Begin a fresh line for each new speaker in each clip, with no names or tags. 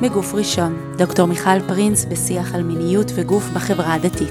בגוף ראשון, דוקטור מיכל פרינס בשיח על מיניות וגוף בחברה הדתית.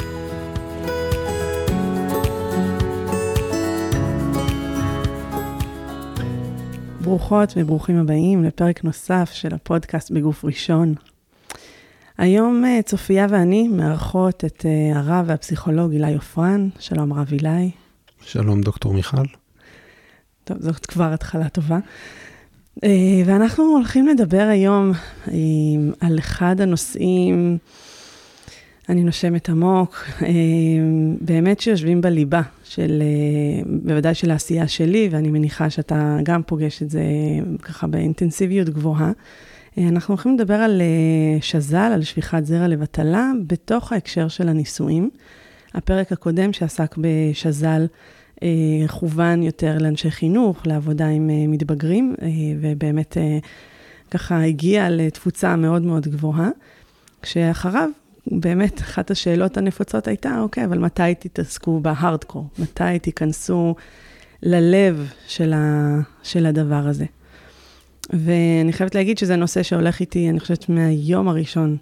ברוכות וברוכים הבאים לפרק נוסף של הפודקאסט בגוף ראשון. היום צופיה ואני מארחות את הרב והפסיכולוג אילי עופרן. שלום רב אילי.
שלום דוקטור מיכל.
טוב, זאת כבר התחלה טובה. ואנחנו הולכים לדבר היום על אחד הנושאים, אני נושמת עמוק, באמת שיושבים בליבה של, בוודאי של העשייה שלי, ואני מניחה שאתה גם פוגש את זה ככה באינטנסיביות גבוהה. אנחנו הולכים לדבר על שזל, על שפיכת זרע לבטלה, בתוך ההקשר של הנישואים. הפרק הקודם שעסק בשזל, כוון יותר לאנשי חינוך, לעבודה עם מתבגרים, ובאמת ככה הגיע לתפוצה מאוד מאוד גבוהה, כשאחריו באמת אחת השאלות הנפוצות הייתה, אוקיי, אבל מתי תתעסקו בהארדקור? מתי תיכנסו ללב של הדבר הזה? ואני חייבת להגיד שזה נושא שהולך איתי, אני חושבת מהיום הראשון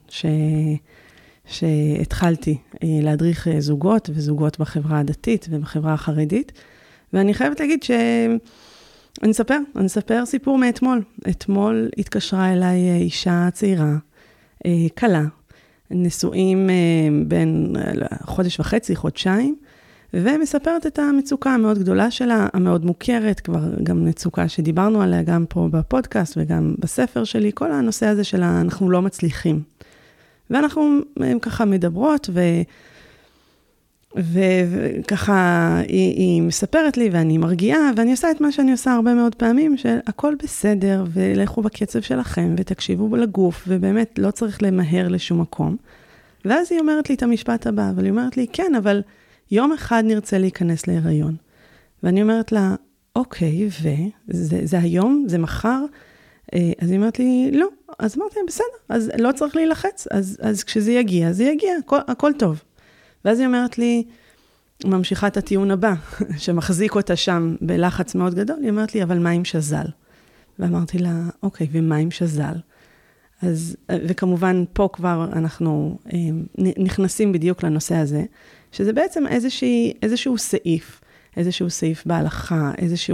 שהתחלתי להדריך זוגות וזוגות בחברה הדתית ובחברה החרדית, ואני חייבת להגיד אני אספר סיפור מאתמול. אתמול התקשרה אליי אישה צעירה, קלה, נשואים בין חודש וחצי, חודשיים, ומספרת את המצוקה המאוד גדולה שלה, המאוד מוכרת, כבר גם מצוקה שדיברנו עליה גם פה בפודקאסט וגם בספר שלי, כל הנושא הזה שלה, אנחנו לא מצליחים. ואנחנו ככה מדברות, וככה היא מספרת לי, ואני מרגיעה, ואני עושה את מה שאני עושה הרבה מאוד פעמים, שהכל בסדר, ולכו בקצב שלכם, ותקשיבו לגוף, ובאמת לא צריך למהר לשום מקום. ואז היא אומרת לי את המשפט הבא, אבל היא אומרת לי, כן, אבל יום אחד נרצה להיכנס להיריון. ואני אומרת לה, אוקיי, וזה היום, זה מחר? אז היא אומרת לי, לא. אז אמרתי, בסדר, אז לא צריך להילחץ, אז כשזה יגיע, זה יגיע, הכל טוב. ואז היא אומרת לי, ממשיכה את הטיעון הבא, שמחזיק אותה שם בלחץ מאוד גדול, היא אומרת לי, אבל מה עם שזל? ואמרתי לה, אוקיי, ומה עם שזל? וכמובן, פה כבר אנחנו נכנסים בדיוק לנושא הזה, שזה בעצם איזשהו סעיף בהלכה,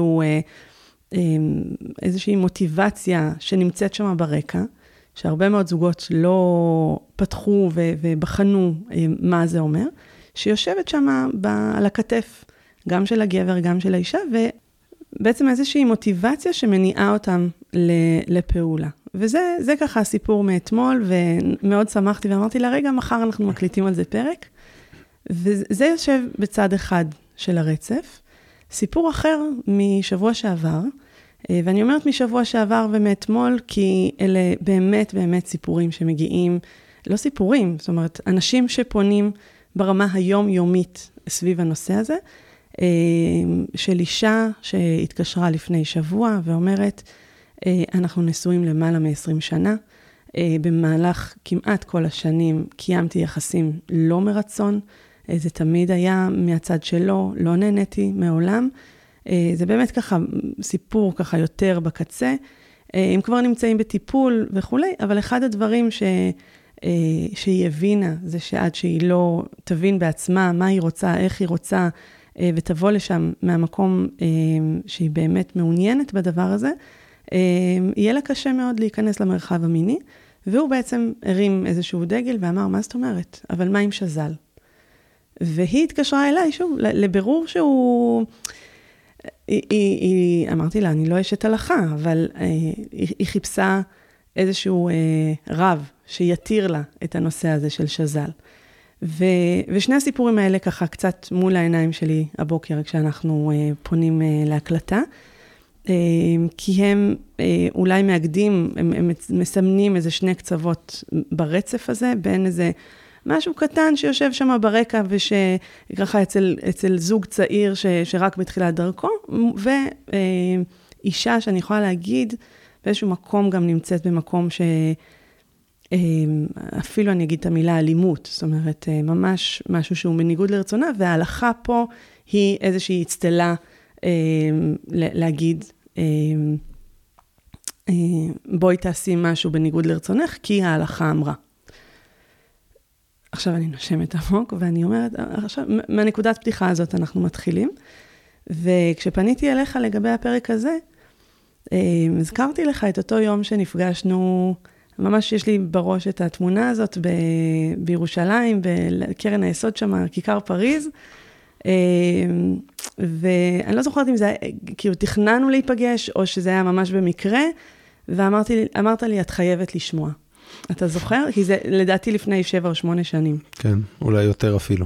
איזושהי מוטיבציה שנמצאת שם ברקע, שהרבה מאוד זוגות לא פתחו ובחנו מה זה אומר, שיושבת שם על הכתף, גם של הגבר, גם של האישה, ובעצם איזושהי מוטיבציה שמניעה אותם לפעולה. וזה ככה הסיפור מאתמול, ומאוד שמחתי ואמרתי לה, רגע, מחר אנחנו מקליטים על זה פרק, וזה יושב בצד אחד של הרצף. סיפור אחר משבוע שעבר, ואני אומרת משבוע שעבר ומאתמול, כי אלה באמת באמת סיפורים שמגיעים, לא סיפורים, זאת אומרת, אנשים שפונים ברמה היומיומית סביב הנושא הזה, של אישה שהתקשרה לפני שבוע ואומרת, אנחנו נשואים למעלה מ-20 שנה, במהלך כמעט כל השנים קיימתי יחסים לא מרצון, זה תמיד היה מהצד שלו, לא נהניתי מעולם. זה באמת ככה סיפור ככה יותר בקצה. הם כבר נמצאים בטיפול וכו', אבל אחד הדברים שהיא הבינה, זה שעד שהיא לא תבין בעצמה מה היא רוצה, איך היא רוצה, ותבוא לשם מהמקום שהיא באמת מעוניינת בדבר הזה, יהיה לה קשה מאוד להיכנס למרחב המיני, והוא בעצם הרים איזשהו דגל ואמר, מה זאת אומרת? אבל מה עם שזל? והיא התקשרה אליי, שוב, לבירור שהוא, אמרתי לה, אני לא אשת הלכה, אבל היא חיפשה איזשהו רב שיתיר לה את הנושא הזה של שזל. ושני הסיפורים האלה ככה קצת מול העיניים שלי הבוקר, כשאנחנו פונים להקלטה, כי הם אולי מאגדים, הם מסמנים איזה שני קצוות ברצף הזה, בין איזה משהו קטן שיושב שם ברקע, וככה אצל זוג צעיר שרק בתחילת דרכו, ואישה שאני יכולה להגיד, באיזשהו מקום גם נמצאת במקום אפילו אני אגיד את המילה אלימות, זאת אומרת, ממש משהו שהוא בניגוד לרצונה, וההלכה פה היא איזושהי אצטלה להגיד, בואי תעשי משהו בניגוד לרצונך, כי ההלכה אמרה. עכשיו אני נושמת עמוק, ואני אומרת, עכשיו, מהנקודת פתיחה הזאת אנחנו מתחילים, וכשפניתי אליך לגבי הפרק הזה, הזכרתי לך את אותו יום שנפגשנו, ממש יש לי בראש את התמונה הזאת בירושלים, בקרן היסוד שם, כיכר פריז, ואני לא זוכרת אם זה היה, כאילו תכננו להיפגש, או שזה היה ממש במקרה, ואמרת לי, את חייבת לשמוע. אתה זוכר? כי זה לדעתי לפני 7 או 8 שנים.
כן, אולי יותר אפילו.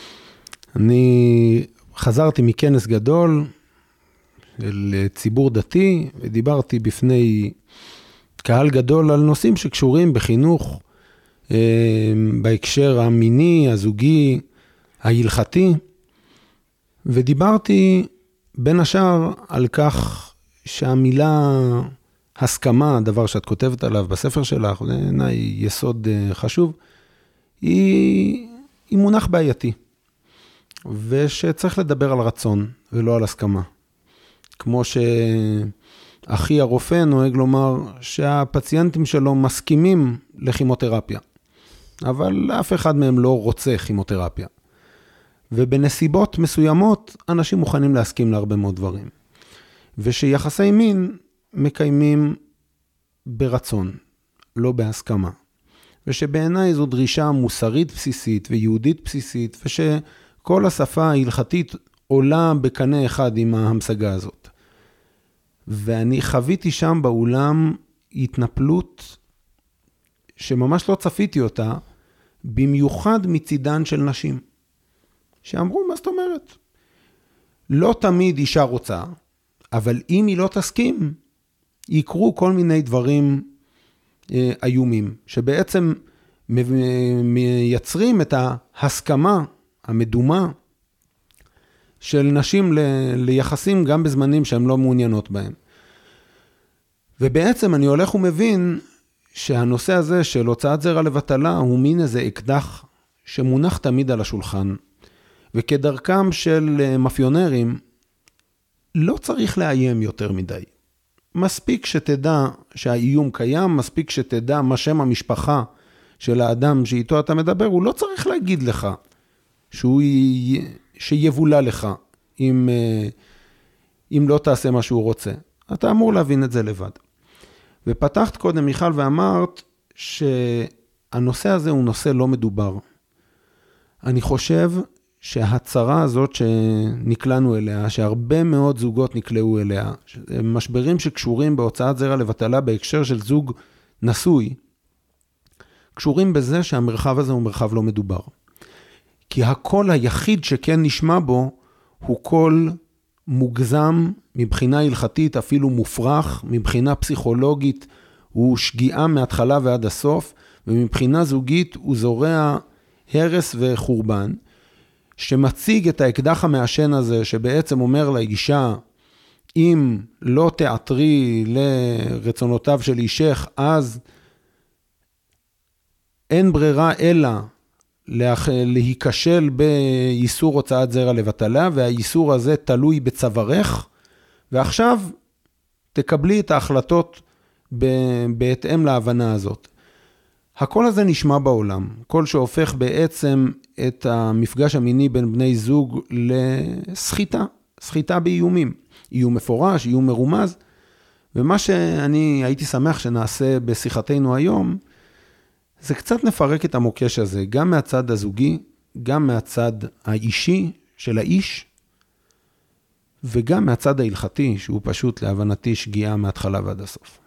אני חזרתי מכנס גדול, לציבור דתי, ודיברתי בפני קהל גדול על נושאים שקשורים בחינוך, בהקשר המיני, הזוגי, ההלכתי, ודיברתי בין השאר על כך שהמילה הסכמה, דבר שאת כותבת עליו בספר שלך, בעיניי יסוד חשוב, היא מונח בעייתי, ושצריך לדבר על רצון ולא על הסכמה. כמו שאחי הרופא נוהג לומר שהפציינטים שלו מסכימים לכימותרפיה, אבל אף אחד מהם לא רוצה כימותרפיה. ובנסיבות מסוימות אנשים מוכנים להסכים להרבה מאוד דברים. ושיחסי מין מקיימים ברצון, לא בהסכמה. ושבעיניי זו דרישה מוסרית בסיסית ויהודית בסיסית, ושכל השפה ההלכתית עולה בקנה אחד עם ההמשגה הזאת. ואני חוויתי שם באולם התנפלות שממש לא צפיתי אותה, במיוחד מצידן של נשים. שאמרו, מה זאת אומרת? לא תמיד אישה רוצה, אבל אם היא לא תסכים, יקרו כל מיני דברים איומים, שבעצם מייצרים את ההסכמה המדומה של נשים ליחסים גם בזמנים שהן לא מעוניינות בהם. ובעצם אני הולך ומבין שהנושא הזה של הוצאת זרע לבטלה הוא מין איזה אקדח שמונח תמיד על השולחן, וכדרכם של מאפיונרים, לא צריך לאיים יותר מדי. מספיק שתדע שהאיום קיים, מספיק שתדע מה שם המשפחה של האדם שאיתו אתה מדבר, הוא לא צריך להגיד לך שיבולה לך אם לא תעשה מה שהוא רוצה. אתה אמור להבין את זה לבד. ופתחת קודם מיכל ואמרת שהנושא הזה הוא נושא לא מדובר. אני חושב שהצרה הזאת שנקלענו אליה, שהרבה מאוד זוגות נקלעו אליה, משברים שקשורים בהוצאת זרע לבטלה בהקשר של זוג נשוי, קשורים בזה שהמרחב הזה הוא מרחב לא מדובר. כי הקול היחיד שכן נשמע בו, הוא קול מוגזם מבחינה הלכתית, אפילו מופרך, מבחינה פסיכולוגית, הוא שגיאה מההתחלה ועד הסוף, ומבחינה זוגית הוא זורע הרס וחורבן, שמציג את האקדח המעשן הזה, שבעצם אומר לאישה, אם לא תעתרי לרצונותיו של אישך, אז אין ברירה אלא להיכשל באיסור הוצאת זרע לבטלה, והאיסור הזה תלוי בצווארך, ועכשיו תקבלי את ההחלטות בהתאם להבנה הזאת. הקול הזה נשמע בעולם, קול שהופך בעצם את המפגש המיני בין בני זוג לסחיטה, סחיטה באיומים, איום מפורש, איום מרומז, ומה שאני הייתי שמח שנעשה בשיחתנו היום, זה קצת נפרק את המוקש הזה, גם מהצד הזוגי, גם מהצד האישי של האיש, וגם מהצד ההלכתי, שהוא פשוט להבנתי שגיאה מההתחלה ועד הסוף.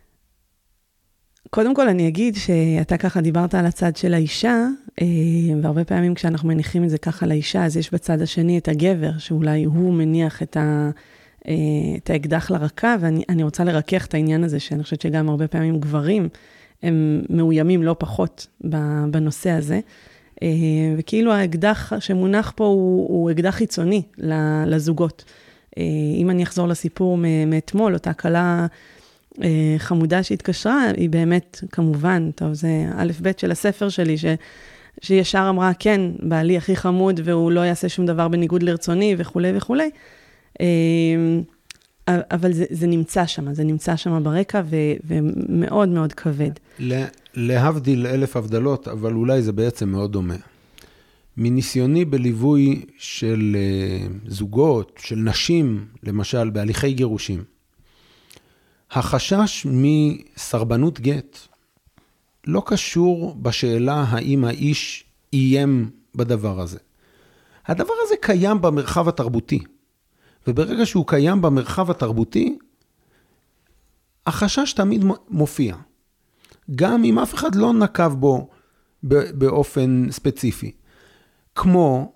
קודם כל אני אגיד שאתה ככה דיברת על הצד של האישה, והרבה פעמים כשאנחנו מניחים את זה ככה לאישה, אז יש בצד השני את הגבר, שאולי הוא מניח את האקדח לרקה, ואני רוצה לרכך את העניין הזה, שאני חושבת שגם הרבה פעמים גברים, הם מאוימים לא פחות בנושא הזה, וכאילו האקדח שמונח פה הוא אקדח חיצוני לזוגות. אם אני אחזור לסיפור מאתמול, אותה קלה חמודה שהתקשרה, היא באמת כמובן, טוב, זה א' ב' של הספר שלי, שישר אמרה, כן, בעלי הכי חמוד, והוא לא יעשה שום דבר בניגוד לרצוני וכו' וכו'. אבל זה נמצא שם, זה נמצא שם ברקע, ומאוד מאוד כבד.
להבדיל אלף הבדלות, אבל אולי זה בעצם מאוד דומה. מניסיוני בליווי של זוגות, של נשים, למשל, בהליכי גירושים, החשש מסרבנות גט לא קשור בשאלה האם האיש איים בדבר הזה. הדבר הזה קיים במרחב התרבותי, וברגע שהוא קיים במרחב התרבותי, החשש תמיד מופיע. גם אם אף אחד לא נקב בו באופן ספציפי. כמו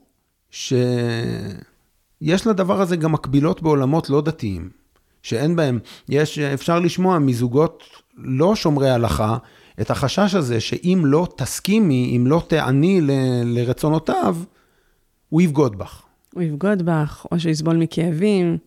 שיש לדבר הזה גם מקבילות בעולמות לא דתיים, שאין בהם, אפשר לשמוע מזוגות לא שומרי הלכה, את החשש הזה שאם לא תסכימי, אם לא תעני לרצונותיו, הוא יבגוד בך.
הוא יבגוד בך, או שיסבול מכאבים.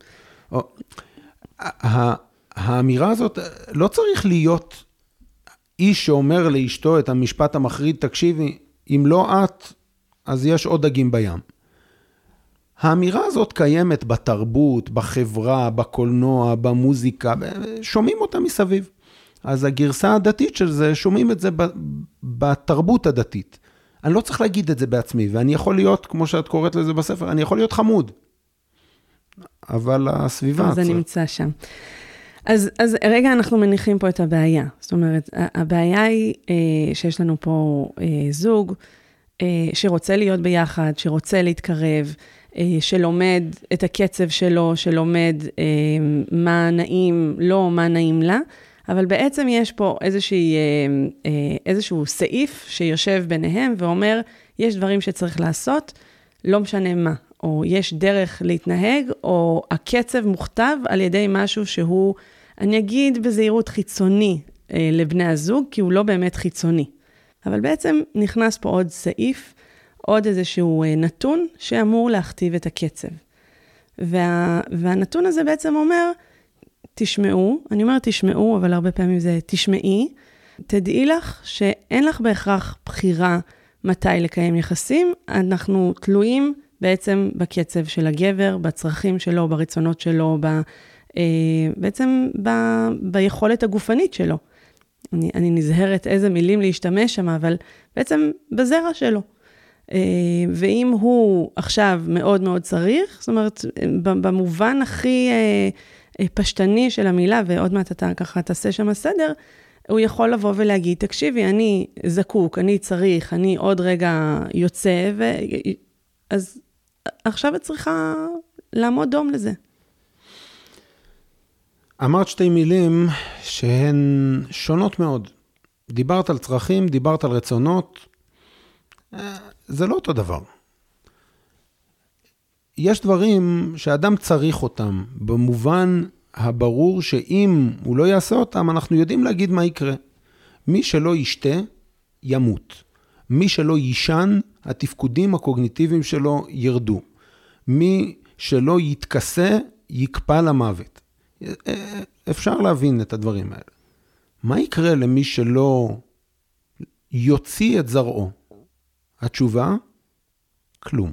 האמירה הזאת, לא צריך להיות איש שאומר לאשתו את המשפט המחריד, תקשיבי, אם לא את, אז יש עוד דגים בים. האמירה הזאת קיימת בתרבות, בחברה, בקולנוע, במוזיקה, שומעים אותה מסביב. אז הגרסה הדתית של זה, שומעים את זה בתרבות הדתית. אני לא צריך להגיד את זה בעצמי, ואני יכול להיות, כמו שאת קוראת לזה בספר, אני יכול להיות חמוד. אבל הסביבה...
זה נמצא שם. אז רגע אנחנו מניחים פה את הבעיה. זאת אומרת, הבעיה היא שיש לנו פה זוג שרוצה להיות ביחד, שרוצה להתקרב, שלומד את הקצב שלו, שלומד מה נעים לו, מה נעים לה, אבל בעצם יש פה איזשהו סעיף שיושב ביניהם ואומר, יש דברים שצריך לעשות, לא משנה מה, או יש דרך להתנהג, או הקצב מוכתב על ידי משהו שהוא, אני אגיד בזהירות חיצוני לבני הזוג, כי הוא לא באמת חיצוני. אבל בעצם נכנס פה עוד סעיף, עוד איזשהו נתון שאמור להכתיב את הקצב. והנתון הזה בעצם אומר, תשמעו, אני אומרת תשמעו, אבל הרבה פעמים זה תשמעי, תדעי לך שאין לך בהכרח בחירה מתי לקיים יחסים, אנחנו תלויים בעצם בקצב של הגבר, בצרכים שלו, ברצונות שלו, בעצם ביכולת הגופנית שלו. אני נזהרת איזה מילים להשתמש שם, אבל בעצם בזרע שלו. ואם הוא עכשיו מאוד מאוד צריך, זאת אומרת, במובן הכי פשטני של המילה, ועוד מעט אתה ככה תעשה שם הסדר, הוא יכול לבוא ולהגיד, תקשיבי, אני זקוק, אני צריך, אני עוד רגע יוצא, אז עכשיו את צריכה לעמוד דום לזה.
אמרת שתי מילים שהן שונות מאוד. דיברת על צרכים, דיברת על רצונות, זה לא אותו דבר. יש דברים שאדם צריך אותם, במובן הברור שאם הוא לא יעשה אותם, אנחנו יודעים להגיד מה יקרה. מי שלא ישתה, ימות. מי שלא יישן, התפקודים הקוגניטיביים שלו ירדו. מי שלא יתכסה, יקפא למוות. אפשר להבין את הדברים האלה. מה יקרה למי שלא יוציא את זרעו? התשובה, כלום.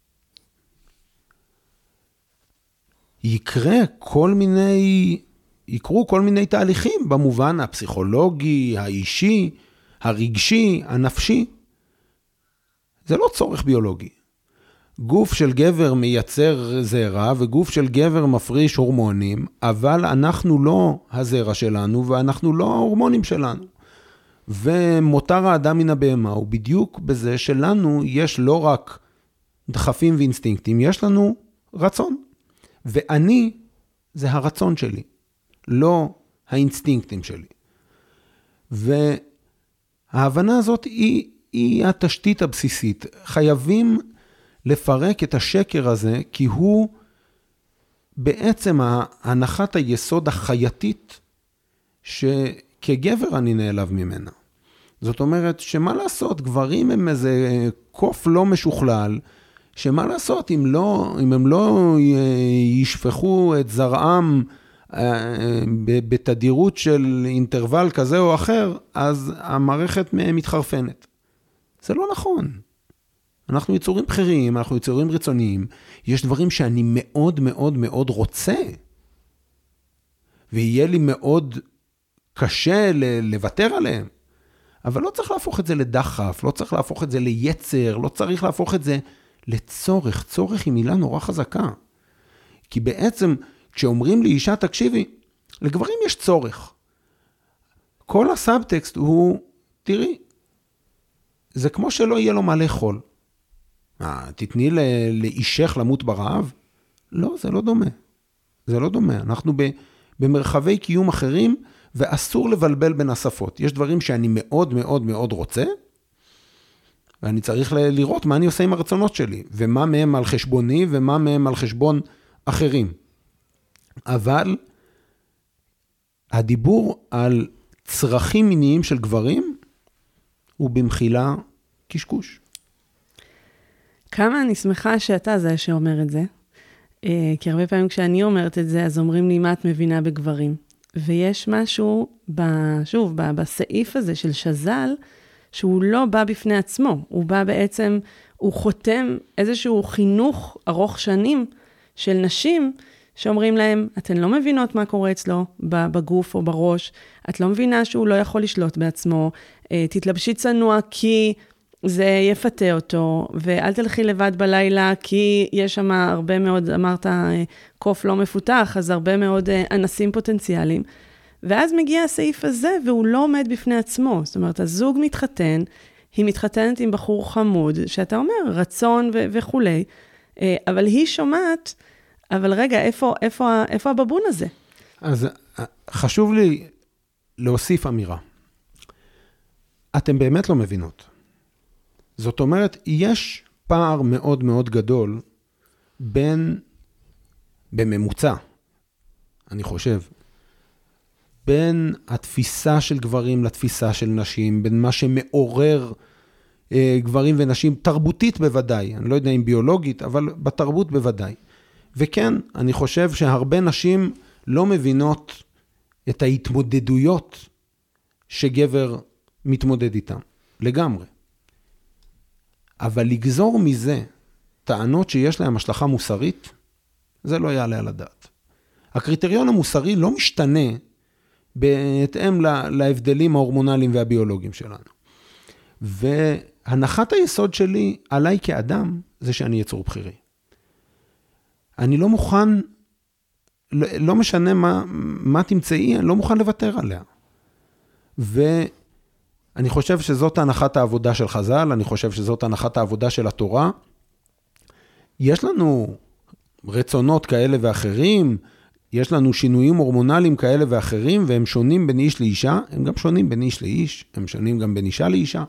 יקרו כל מיני תהליכים במובן הפסיכולוגי, האישי, הרגשי, הנפשי. זה לא צורך ביולוגי. גוף של גבר מייצר זרע, וגוף של גבר מפריש הורמונים, אבל אנחנו לא הזרע שלנו, ואנחנו לא ההורמונים שלנו. ומותר האדם מן הבהמה, הוא בדיוק בזה שלנו יש לא רק דחפים ואינסטינקטים, יש לנו רצון. ואני זה הרצון שלי, לא האינסטינקטים שלי. וההבנה הזאת היא התשתית הבסיסית. חייבים לפרק את השקר הזה, כי הוא בעצם הנחת היסוד החייתית, שכגבר אני נעלב ממנה. זאת אומרת, שמה לעשות, גברים הם איזה קוף לא משוכלל, שמה לעשות, אם הם לא ישפכו את זרעם בתדירות של אינטרוול כזה או אחר, אז המערכת מתחרפנת. זה לא נכון. אנחנו יצורים בכירים, אנחנו יצורים רצוניים. יש דברים שאני מאוד מאוד מאוד רוצה. ויהיה לי מאוד קשה לוותר עליהם. אבל לא צריך להפוך את זה לדחף, לא צריך להפוך את זה ליצר, לא צריך להפוך את זה לצורך. צורך היא מילה נורא חזקה. כי בעצם, כשאומרים לאישה, תקשיבי, לגברים יש צורך. כל הסאבטקסט הוא, תראי, זה כמו שלא יהיה לו מה לאכול. תתני לאישך למות ברעב? לא, זה לא דומה. זה לא דומה. אנחנו במרחבי קיום אחרים, ואסור לבלבל בין השפות. יש דברים שאני מאוד מאוד מאוד רוצה, ואני צריך לראות מה אני עושה עם הרצונות שלי, ומה מהם על חשבוני, ומה מהם על חשבון אחרים. אבל הדיבור על צרכים מיניים של גברים, הוא במחילה קשקוש.
כמה אני שמחה שאתה זה שאומר את זה, כי הרבה פעמים כשאני אומרת את זה, אז אומרים לי מה את מבינה בגברים. ויש משהו, שוב, בסעיף הזה של שזל, שהוא לא בא בפני עצמו, הוא בא בעצם, הוא חותם איזשהו חינוך ארוך שנים של נשים, שאומרים להם, אתן לא מבינות מה קורה אצלו בגוף או בראש, את לא מבינה שהוא לא יכול לשלוט בעצמו, תתלבשי צנוע כי זה יפתה אותו, ואל תלכי לבד בלילה, כי יש שם הרבה מאוד, אמרת, קוף לא מפותח, אז הרבה מאוד אנסים פוטנציאליים. ואז מגיע הסעיף הזה, והוא לא עומד בפני עצמו. זאת אומרת, הזוג מתחתן, היא מתחתנת עם בחור חמוד, שאתה אומר, רצון וכולי, אבל היא שומעת, אבל רגע, איפה הבבון הזה?
אז חשוב לי להוסיף אמירה. אתם באמת לא מבינות. זאת אומרת, יש פער מאוד מאוד גדול בממוצע, אני חושב, בין התפיסה של גברים לתפיסה של נשים, בין מה שמעורר גברים ונשים, תרבותית בוודאי, אני לא יודע אם ביולוגית, אבל בתרבות בוודאי. וכן, אני חושב שהרבה נשים לא מבינות את ההתמודדויות שגבר מתמודד איתם, לגמרי. אבל לגזור מזה טענות שיש להם השלכה מוסרית, זה לא יעלה על הדעת. הקריטריון המוסרי לא משתנה בהתאם להבדלים ההורמונליים והביולוגיים שלנו. והנחת היסוד שלי עליי כאדם, זה שאני יצור בחירי. אני לא מוכן, לא משנה מה תמצאי, אני לא מוכן לוותר עליה. אני חושב שזאת הנחת העבודה של חז"ל, אני חושב שזאת הנחת העבודה של התורה. יש לנו רצונות כאלה ואחרים, יש לנו שינויים הורמונליים כאלה ואחרים, והם שונים בין איש לאישה, הם גם שונים בין איש לאיש, הם שונים גם בין אישה לאישה.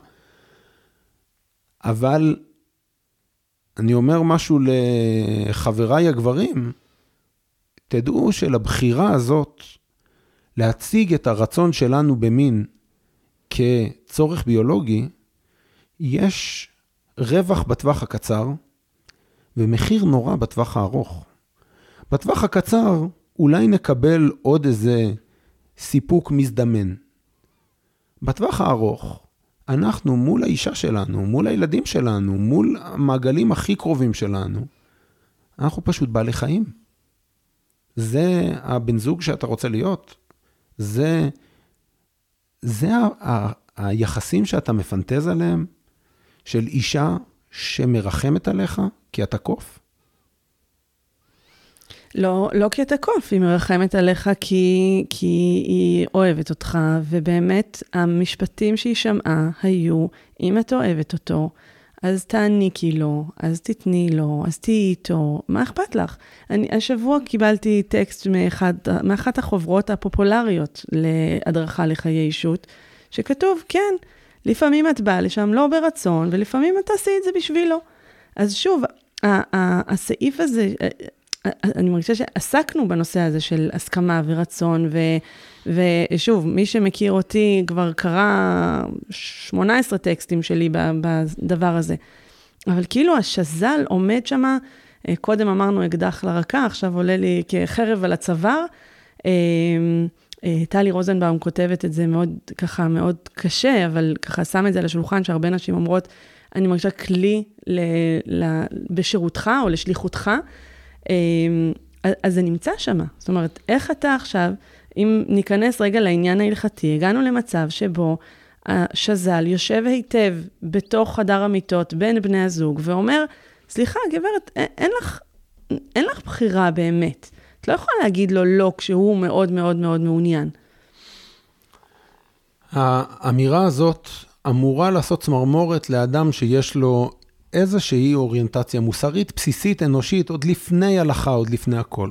אבל אני אומר משהו לחבריי הגברים, תדעו שלבחירה הזאת, להציג את הרצון שלנו במין, כצורך ביולוגי, יש רווח בטווח הקצר, ומחיר נורא בטווח הארוך. בטווח הקצר, אולי נקבל עוד איזה סיפוק מזדמן. בטווח הארוך, אנחנו מול האישה שלנו, מול הילדים שלנו, מול המעגלים הכי קרובים שלנו, אנחנו פשוט בעלי חיים. זה הבן זוג שאתה רוצה להיות. זה היחסים שאתה מפנטז עליהם, של אישה שמרחמת עליך, כי אתה קוף?
לא כי אתה קוף, היא מרחמת עליך כי היא אוהבת אותך, ובאמת המשפטים שהיא שמעה היו, אם את אוהבת אותו, אז תעניקי לו, אז תתני לו, אז תהיי איתו, מה אכפת לך? השבוע קיבלתי טקסט מאחת החוברות הפופולריות להדרכה לחיי אישות, שכתוב, כן, לפעמים את באה לשם לא ברצון, ולפעמים את תעשי את זה בשבילו. אז שוב, הסעיף הזה, אני מרגישה שעסקנו בנושא הזה של הסכמה ורצון, ושוב, מי שמכיר אותי כבר קרא 18 טקסטים שלי בדבר הזה. אבל כאילו השזל עומד שמה, קודם אמרנו אקדח לרקה, עכשיו עולה לי כחרב על הצוואר. טלי רוזנבאום כותבת את זה מאוד, ככה מאוד קשה, אבל ככה שם את זה על השולחן, שהרבה נשים אומרות, אני מרגישה כלי בשירותך או לשליחותך, אז זה נמצא שם. זאת אומרת, איך אתה עכשיו אם ניכנס רגע לעניין ההלכתי, הגענו למצב שבו השזל יושב היטב בתוך חדר המיטות בין בני הזוג, ואומר, סליחה, גברת, אין לך בחירה באמת. את לא יכולה להגיד לו לא כשהוא מאוד מאוד מאוד מעוניין.
האמירה הזאת אמורה לעשות צמרמורת לאדם שיש לו איזושהי אוריינטציה מוסרית, בסיסית, אנושית, עוד לפני הלכה, עוד לפני הכל.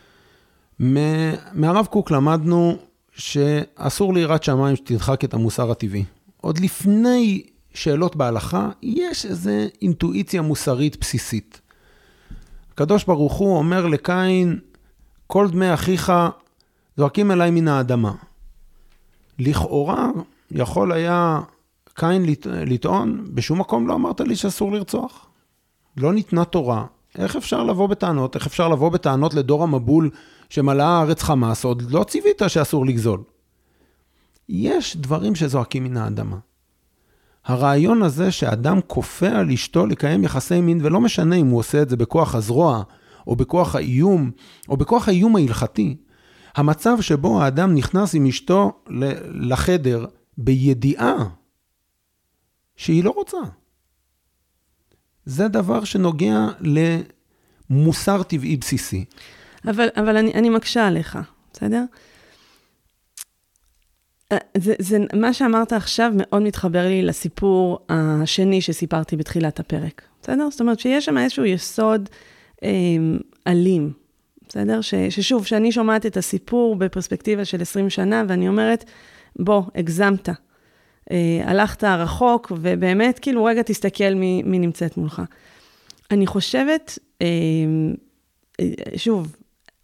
מהרב קוק למדנו שאסור ליראת שמיים שתדחק את המוסר הטבעי. עוד לפני שאלות בהלכה, יש איזו אינטואיציה מוסרית בסיסית. הקדוש ברוך הוא אומר לקין, כל דמי אחיך זועקים אליי מן האדמה. לכאורה יכול היה קין לטעון, בשום מקום לא אמרת לי שאסור לרצוח. לא ניתנה תורה. איך אפשר לבוא בטענות? איך אפשר לבוא בטענות לדור המבול שמלאה הארץ חמאס? עוד לא ציווית שאסור לגזול. יש דברים שזועקים מן האדמה. הרעיון הזה שאדם כופה על אשתו לקיים יחסי מין, ולא משנה אם הוא עושה את זה בכוח הזרוע, או בכוח האיום, או בכוח האיום ההלכתי, המצב שבו האדם נכנס עם אשתו לחדר בידיעה שהיא לא רוצה. זה דבר שנוגע למוסר טבעי בסיסי.
אבל אני מקשה עליך, בסדר? מה שאמרת עכשיו מאוד מתחבר לי לסיפור השני שסיפרתי בתחילת הפרק, בסדר? זאת אומרת שיש שם איזשהו יסוד אלים, בסדר? ששוב, שאני שומעת את הסיפור בפרספקטיבה של 20 שנה, ואני אומרת, בוא, הגזמת. הלכת רחוק, ובאמת, כאילו, רגע תסתכל מי נמצאת מולך. אני חושבת, שוב,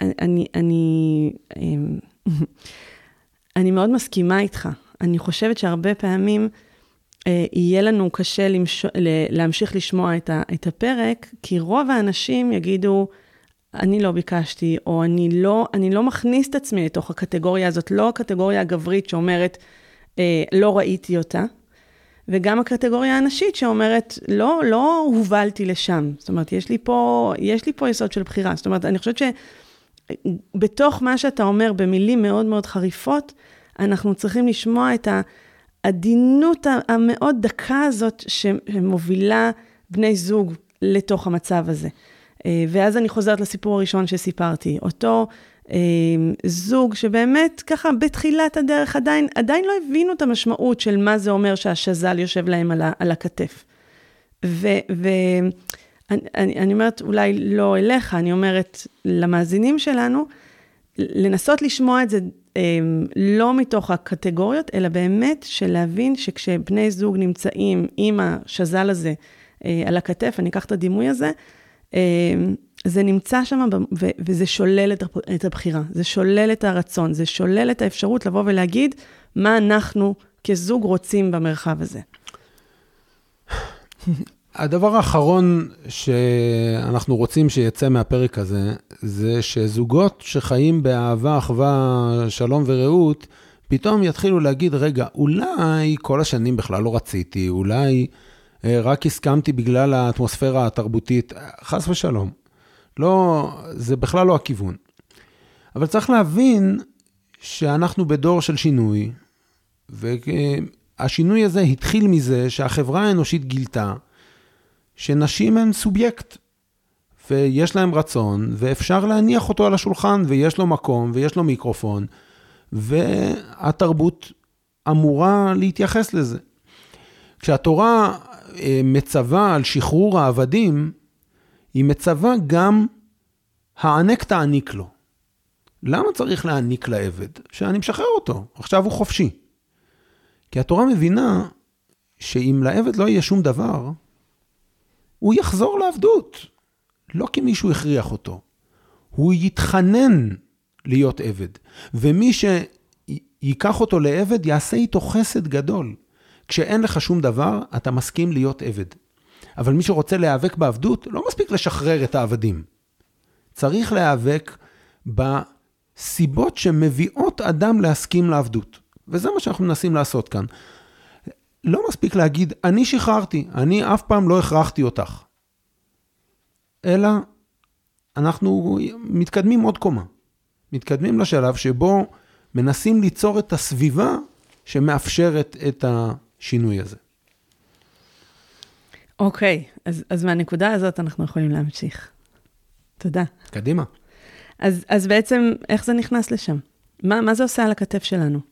אני מאוד מסכימה איתך. אני חושבת שהרבה פעמים יהיה לנו קשה להמשיך לשמוע את הפרק, כי רוב האנשים יגידו, אני לא ביקשתי, או אני לא מכניס את עצמי לתוך הקטגוריה הזאת, לא הקטגוריה הגברית שאומרת, לא ראיתי אותה, וגם הקטגוריה הנשית שאומרת, לא הובלתי לשם. זאת אומרת, יש לי פה יסוד של בחירה. זאת אומרת, אני חושבת שבתוך מה שאתה אומר, במילים מאוד מאוד חריפות, אנחנו צריכים לשמוע את העדינות המאוד דקה הזאת, שמובילה בני זוג לתוך המצב הזה. ואז אני חוזרת לסיפור הראשון שסיפרתי. אותו זוג שבאמת ככה בתחילת הדרך עדיין לא הבינו את המשמעות של מה זה אומר שהשזל יושב להם על הכתף. ואני אומרת אולי לא אליך, אני אומרת למאזינים שלנו, לנסות לשמוע את זה לא מתוך הקטגוריות, אלא באמת של להבין שכשבני זוג נמצאים עם השזל הזה על הכתף, אני אקח את הדימוי הזה, זה נמצא שם, וזה שולל את הבחירה, זה שולל את הרצון, זה שולל את האפשרות לבוא ולהגיד מה אנחנו כזוג רוצים במרחב הזה.
הדבר האחרון שאנחנו רוצים שיצא מהפרק הזה, זה שזוגות שחיים באהבה, אחווה, שלום ורעות, פתאום יתחילו להגיד, רגע, אולי כל השנים בכלל לא רציתי, אולי רק הסכמתי בגלל האטמוספירה התרבותית, חס ושלום. לא, זה בכלל לא הכיוון. אבל צריך להבין שאנחנו בדור של שינוי, והשינוי הזה התחיל מזה שהחברה האנושית גילתה, שנשים הן סובייקט, ויש להם רצון, ואפשר להניח אותו על השולחן, ויש לו מקום, ויש לו מיקרופון, והתרבות אמורה להתייחס לזה. כשהתורה מצווה על שחרור העבדים, היא מצווה גם הענק תעניק לו. למה צריך להעניק לעבד? שאני משחרר אותו, עכשיו הוא חופשי. כי התורה מבינה שאם לעבד לא יהיה שום דבר, הוא יחזור לעבדות. לא כי מישהו הכריח אותו. הוא יתחנן להיות עבד. ומי שיקח אותו לעבד יעשה איתו חסד גדול. כשאין לך שום דבר, אתה מסכים להיות עבד. אבל מי שרוצה להיאבק בעבדות, לא מספיק לשחרר את העבדים. צריך להיאבק בסיבות שמביאות אדם להסכים לעבדות. וזה מה שאנחנו מנסים לעשות כאן. לא מספיק להגיד, אני שחררתי, אני אף פעם לא הכרחתי אותך. אלא אנחנו מתקדמים עוד קומה. מתקדמים לשלב שבו מנסים ליצור את הסביבה שמאפשרת את השינוי הזה.
אוקיי, אז מהנקודה הזאת אנחנו יכולים להמשיך. תודה.
קדימה.
אז בעצם איך זה נכנס לשם? מה זה עושה על הכתף שלנו?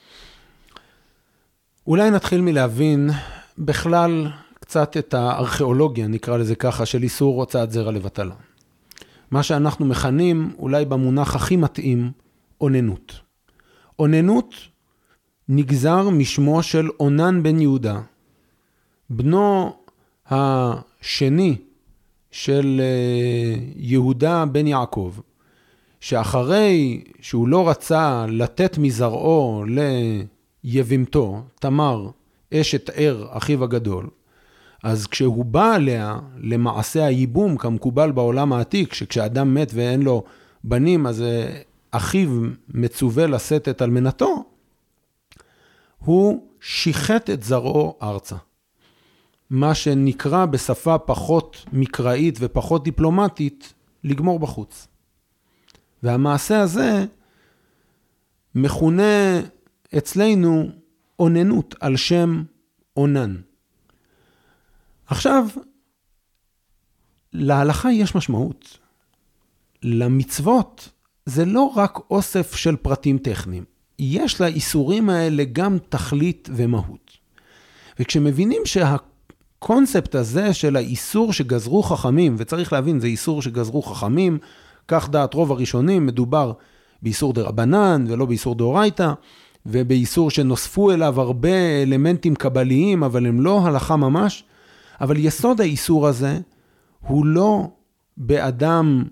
אולי נתחיל מלהבין בכלל קצת את הארכיאולוגיה, נקרא לזה ככה, של איסור הוצאת זרע לבטלה. מה שאנחנו מכנים, אולי במונח הכי מתאים, אוננות. אוננות נגזר משמו של אונן בן יהודה, בנו השני של יהודה בן יעקב, שאחרי שהוא לא רצה לתת מזרעו ליבמתו, תמר, אשת ער, אחיו הגדול, אז כשהוא בא עליה למעשה הייבום, כמקובל בעולם העתיק, שכשאדם מת ואין לו בנים, אז אחיו מצווה לשאת את אלמנתו, הוא שיחת את זרעו ארצה. מה שנקרא בשפה פחות מקראית ופחות דיפלומטית, לגמור בחוץ. והמעשה הזה מכונה אצלנו אוננות על שם אונן. עכשיו, להלכה יש משמעות. למצוות זה לא רק אוסף של פרטים טכניים. יש לאיסורים האלה גם תכלית ומהות. וכשמבינים שהקונספט הזה של האיסור שגזרו חכמים, וצריך להבין, זה איסור שגזרו חכמים, כך דעת רוב הראשונים, מדובר באיסור דרבנן ולא באיסור דאורייתא, ובאיסור שנוספו אליו הרבה אלמנטים קבליים, אבל הם לא הלכה ממש. אבל יסוד האיסור הזה הוא לא באדם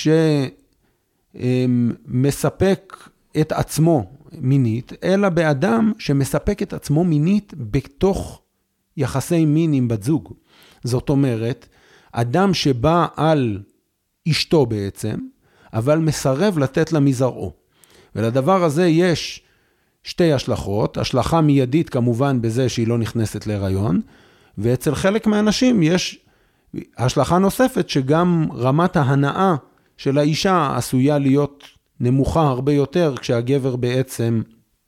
שמספק את עצמו מינית, אלא באדם שמספק את עצמו מינית בתוך יחסי מין עם בת זוג. זאת אומרת, אדם שבא על אשתו בעצם, אבל מסרב לתת לה מזרעו. ולדבר הזה יש שתי השלכות, השלכה מיידית כמובן בזה שהיא לא נכנסת להיריון, ואצל חלק מהאנשים יש השלכה נוספת שגם רמת ההנאה של האישה עשויה להיות נמוכה הרבה יותר כשהגבר בעצם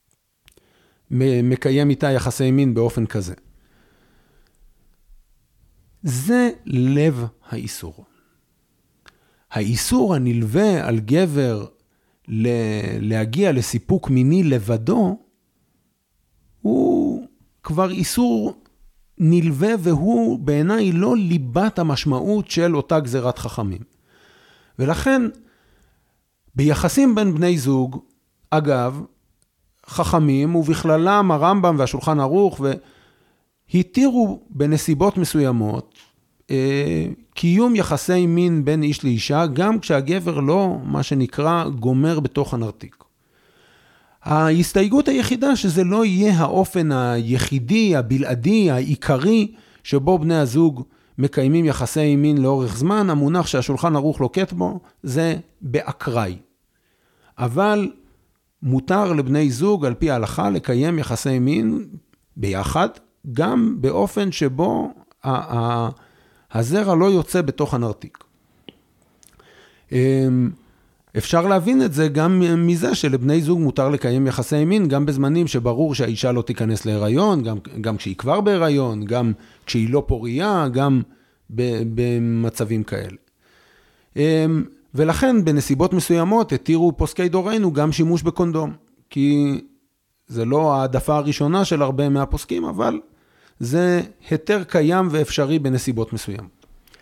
מקיים איתה יחסי מין באופן כזה. זה לב האיסור. האיסור הנלווה על גבר להגיע לסיפוק מיני לבדו, הוא כבר איסור נלווה, והוא בעיניי לא ליבת המשמעות של אותה גזירת חכמים. ולכן, ביחסים בין בני זוג, אגב, חכמים ובכללם הרמב"ם והשולחן ערוך, והתירו בנסיבות מסוימות, קיום יחסי מין בין איש לאישה, גם כשהגבר לא, מה שנקרא, גומר בתוך הנרתיק. ההסתייגות היחידה שזה לא יהיה האופן היחידי, הבלעדי, העיקרי, שבו בני הזוג מקיימים יחסי מין לאורך זמן, המונח שהשולחן ערוך לוקט בו, זה באקראי. אבל מותר לבני זוג על פי ההלכה לקיים יחסי מין ביחד, גם באופן שבו הזרע לא יוצא בתוך הנרתיק. אפשר להבין את זה גם מזה שלבני זוג מותר לקיים יחסי מין, גם בזמנים שברור שהאישה לא תיכנס להיריון, גם כשהיא כבר בהיריון, גם כשהיא לא פוריה, גם במצבים כאלה. ולכן בנסיבות מסוימות התירו פוסקי דורנו גם שימוש בקונדום, כי זה לא העדפה הראשונה של הרבה מהפוסקים, אבל זה היתר קיים ואפשרי בנסיבות מסוימות.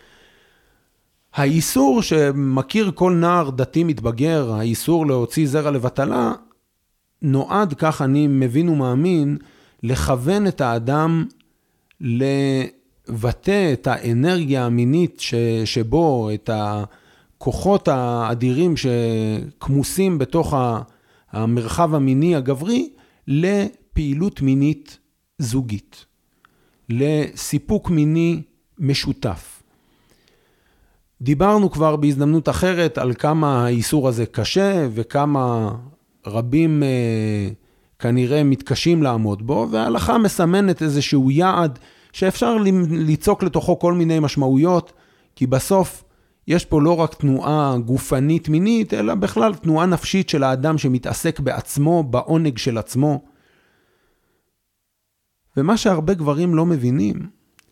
האיסור שמכיר כל נער דתי מתבגר, האיסור להוציא זרע לבטלה, נועד, כך אני מבין ומאמין, לכוון את האדם לבטא את האנרגיה המינית שבו, את הכוחות האדירים שכמוסים בתוך המרחב המיני הגברי, לפעילות מינית זוגית, לסיפוק מיני משותף. דיברנו כבר בהזדמנות אחרת על כמה האיסור הזה קשה, וכמה רבים כנראה מתקשים לעמוד בו, וההלכה מסמנת איזשהו יעד שאפשר ליצוק לתוכו כל מיני משמעויות, כי בסוף יש פה לא רק תנועה גופנית מינית, אלא בכלל תנועה נפשית של האדם שמתעסק בעצמו, בעונג של עצמו. ומה שהרבה גברים לא מבינים,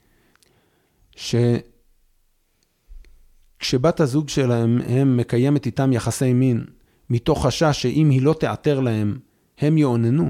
כשבת הזוג שלהם הם מקיימת איתם יחסי מין, מתוך חשש שאם היא לא תיעתר להם, הם יעוננו.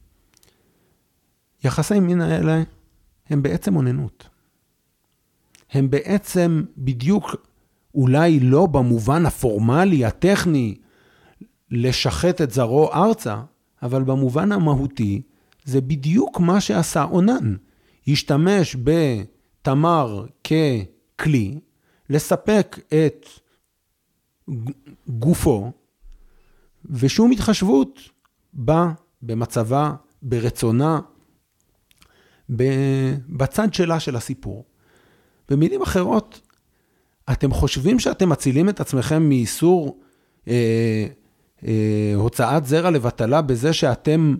יחסי מין האלה הם בעצם עוננות. הם בעצם בדיוק, אולי לא במובן הפורמלי, הטכני, לשחט את זרו ארצה, אבל במובן המהותי, זה בדיוק מה שעשה אונן. השתמש בתמר ככלי, לספק את גופו, ושום התחשבות בה, במצבה, ברצונה, בצד שלה של הסיפור. במילים אחרות, אתם חושבים שאתם מצילים את עצמכם מאיסור הוצאת זרע לבטלה בזה שאתם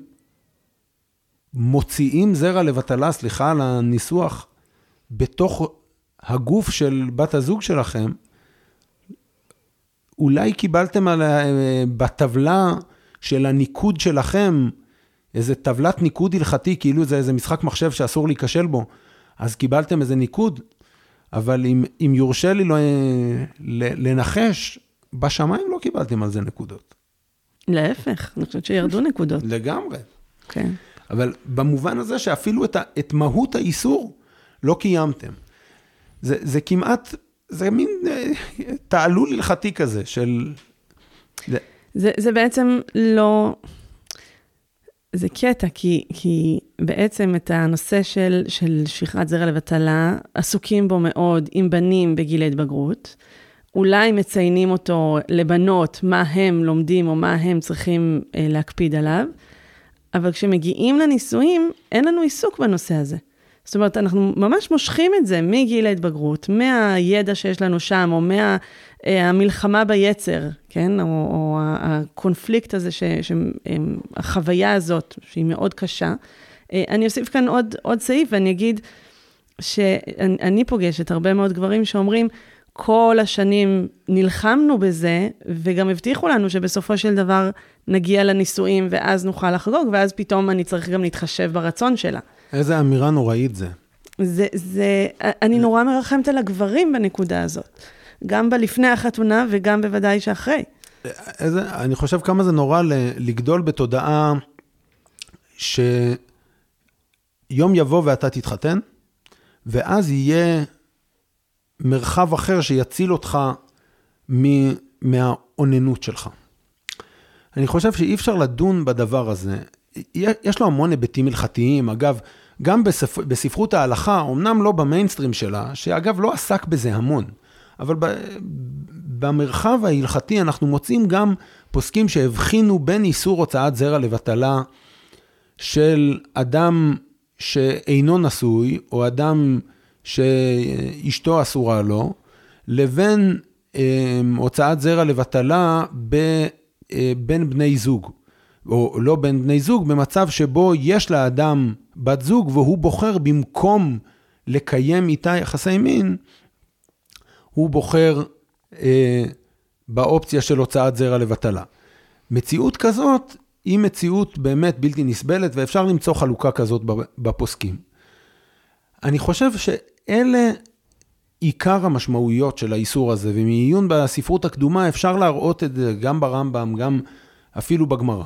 מוציאים זרע לבטלה, סליחה על הניסוח, בתוך הגוף של בת הזוג שלכם, אולי קיבלתם בטבלה של הניקוד שלכם, איזה טבלת ניקוד הלכתי, כאילו זה איזה משחק מחשב שאסור להיכשל בו, אז קיבלתם איזה ניקוד, אבל אם יורשה לי לנחש, בשמיים לא קיבלתם על זה נקודות.
להפך, אני חושבת שירדו נקודות.
לגמרי.
כן.
אבל במובן הזה שאפילו את מהות האיסור לא קיימתם. זה כמעט, זה מין תעלול הלכתי כזה של...
זה בעצם לא... זה קטע, כי בעצם את הנושא של שכחת זרע לבטלה, עסוקים בו מאוד עם בנים בגיל ההתבגרות, אולי מציינים אותו לבנות, מה הם לומדים או מה הם צריכים להקפיד עליו, אבל כשמגיעים לנישואים, אין לנו עיסוק בנושא הזה. זאת אומרת, אנחנו ממש מושכים את זה מגיל ההתבגרות, מהידע שיש לנו שם, או מהמלחמה ביצר, כן? או הקונפליקט הזה, החוויה הזאת, שהיא מאוד קשה. אני אוסיף כאן עוד סעיף, ואני אגיד שאני פוגשת הרבה מאוד גברים שאומרים, כל השנים נלחמנו בזה, וגם הבטיחו לנו שבסופו של דבר נגיע לנישואים, ואז נוכל לחגוג, ואז פתאום אני צריך גם להתחשב ברצון שלה. איזה
אמירה נוראית זה.
אני נורא מרחמת על הגברים בנקודה הזאת. גם בלפני החתונה וגם בוודאי שאחרי.
אני חושב כמה זה נורא לגדול בתודעה שיום יבוא ואתה תתחתן, ואז יהיה מרחב אחר שיציל אותך מהעוננות שלך. אני חושב שאי אפשר לדון בדבר הזה. יש לו המון היבטים הלכתיים, אגב, גם בספרות ההלכה, אמנם לא במיינסטרים שלה, שאגב לא עסק בזה המון, אבל במרחב ההלכתי אנחנו מוצאים גם פוסקים שהבחינו בין איסור הוצאת זרע לבטלה של אדם שאינו נשוי, או אדם שאשתו אסורה לו, לבין הוצאת זרע לבטלה בין בני זוג. או לא בין בני זוג, במצב שבו יש לאדם בת זוג, והוא בוחר במקום לקיים איתה יחסי מין, הוא בוחר באופציה של הוצאת זרע לבטלה. מציאות כזאת היא מציאות באמת בלתי נסבלת, ואפשר למצוא חלוקה כזאת בפוסקים. אני חושב שאלה עיקר המשמעויות של האיסור הזה, ומעיון בספרות הקדומה אפשר להראות את זה גם ברמב"ם, גם אפילו בגמרא.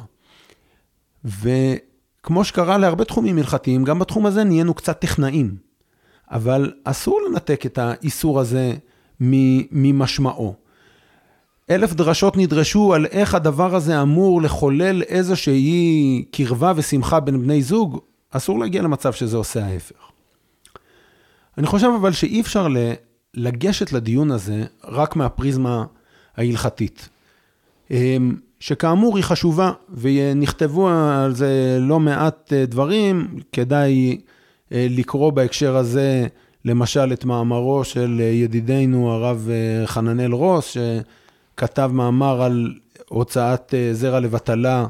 וכמו שקרה להרבה תחומים הלכתיים, גם בתחום הזה נהיינו קצת טכנאים. אבל אסור לנתק את האיסור הזה ממשמעו. 1000 דרשות נדרשו על איך הדבר הזה אמור לחולל איזושהי קרבה ושמחה בין בני זוג, אסור להגיע למצב שזה עושה ההפך. אני חושב אבל שאי אפשר לגשת לדיון הזה רק מהפריזמה ההלכתית. שכאמור היא חשובה, ונכתבו על זה לא מעט דברים, כדאי לקרוא בהקשר הזה, למשל את מאמרו של ידידנו הרב חננאל רוס, שכתב מאמר על הוצאת זרע לבטלה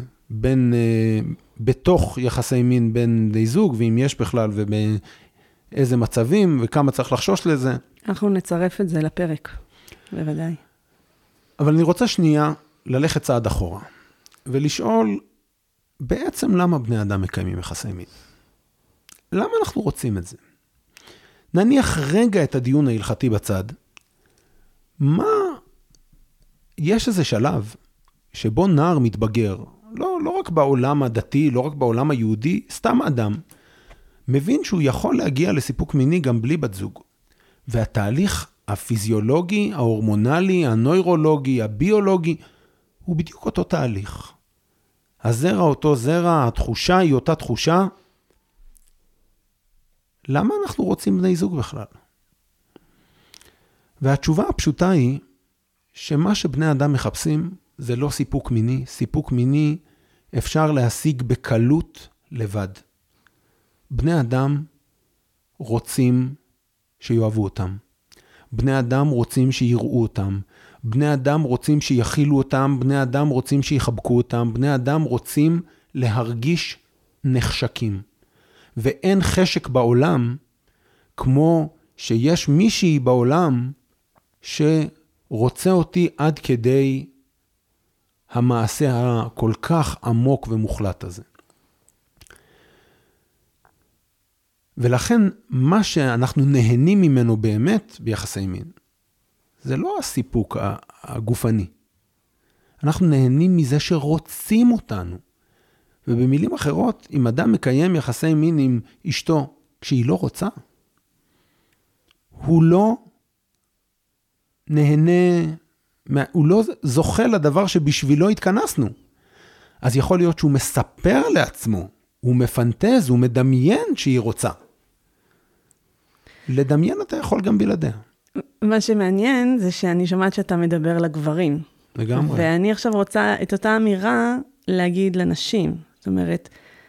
בתוך יחסי מין בין בני זוג, ואם יש בכלל, איזה מצבים וכמה צריך לחשוש לזה.
אנחנו נצרף את זה לפרק, בוודאי.
אבל אני רוצה שנייה ללכת צעד אחורה, ולשאול בעצם למה בני אדם מקיימים יחסי מין? למה אנחנו רוצים את זה? נניח רגע את הדיון ההלכתי בצד, יש איזה שלב שבו נער מתבגר, לא רק בעולם הדתי, לא רק בעולם היהודי, סתם אדם, מבין שהוא יכול להגיע לסיפוק מיני גם בלי בת זוג. והתהליך הפיזיולוגי, ההורמונלי, הנוירולוגי, הביולוגי, הוא בדיוק אותו תהליך. הזרע אותו זרע, התחושה היא אותה תחושה. למה אנחנו רוצים בני זוג בכלל? והתשובה הפשוטה היא, שמה שבני אדם מחפשים זה לא סיפוק מיני. סיפוק מיני אפשר להשיג בקלות לבד. בני אדם רוצים שיואבו אותם. בני אדם רוצים שיראו אותם. בני אדם רוצים שיחילו אותם. בני אדם רוצים שיחבקו אותם. בני אדם רוצים להרגיש נחשקים. ואין חשק בעולם כמו שיש מישהי בעולם שרוצה אותי עד כדי המעשה הכל כך עמוק ומוחלט הזה. ולכן מה שאנחנו נהנים ממנו באמת ביחסי מין, זה לא הסיפוק הגופני. אנחנו נהנים מזה שרוצים אותנו. ובמילים אחרות, אם אדם מקיים יחסי מין עם אשתו כשהיא לא רוצה, הוא לא נהנה, הוא לא זוכה לדבר שבשבילו התכנסנו. אז יכול להיות שהוא מספר לעצמו, הוא מפנטז, הוא מדמיין שהיא רוצה. לדמיין אתה יכול גם בלעדיה.
מה שמעניין זה שאני שומעת שאתה מדבר לגברים.
לגמרי.
ואני עכשיו רוצה את אותה אמירה להגיד לנשים. זאת אומרת,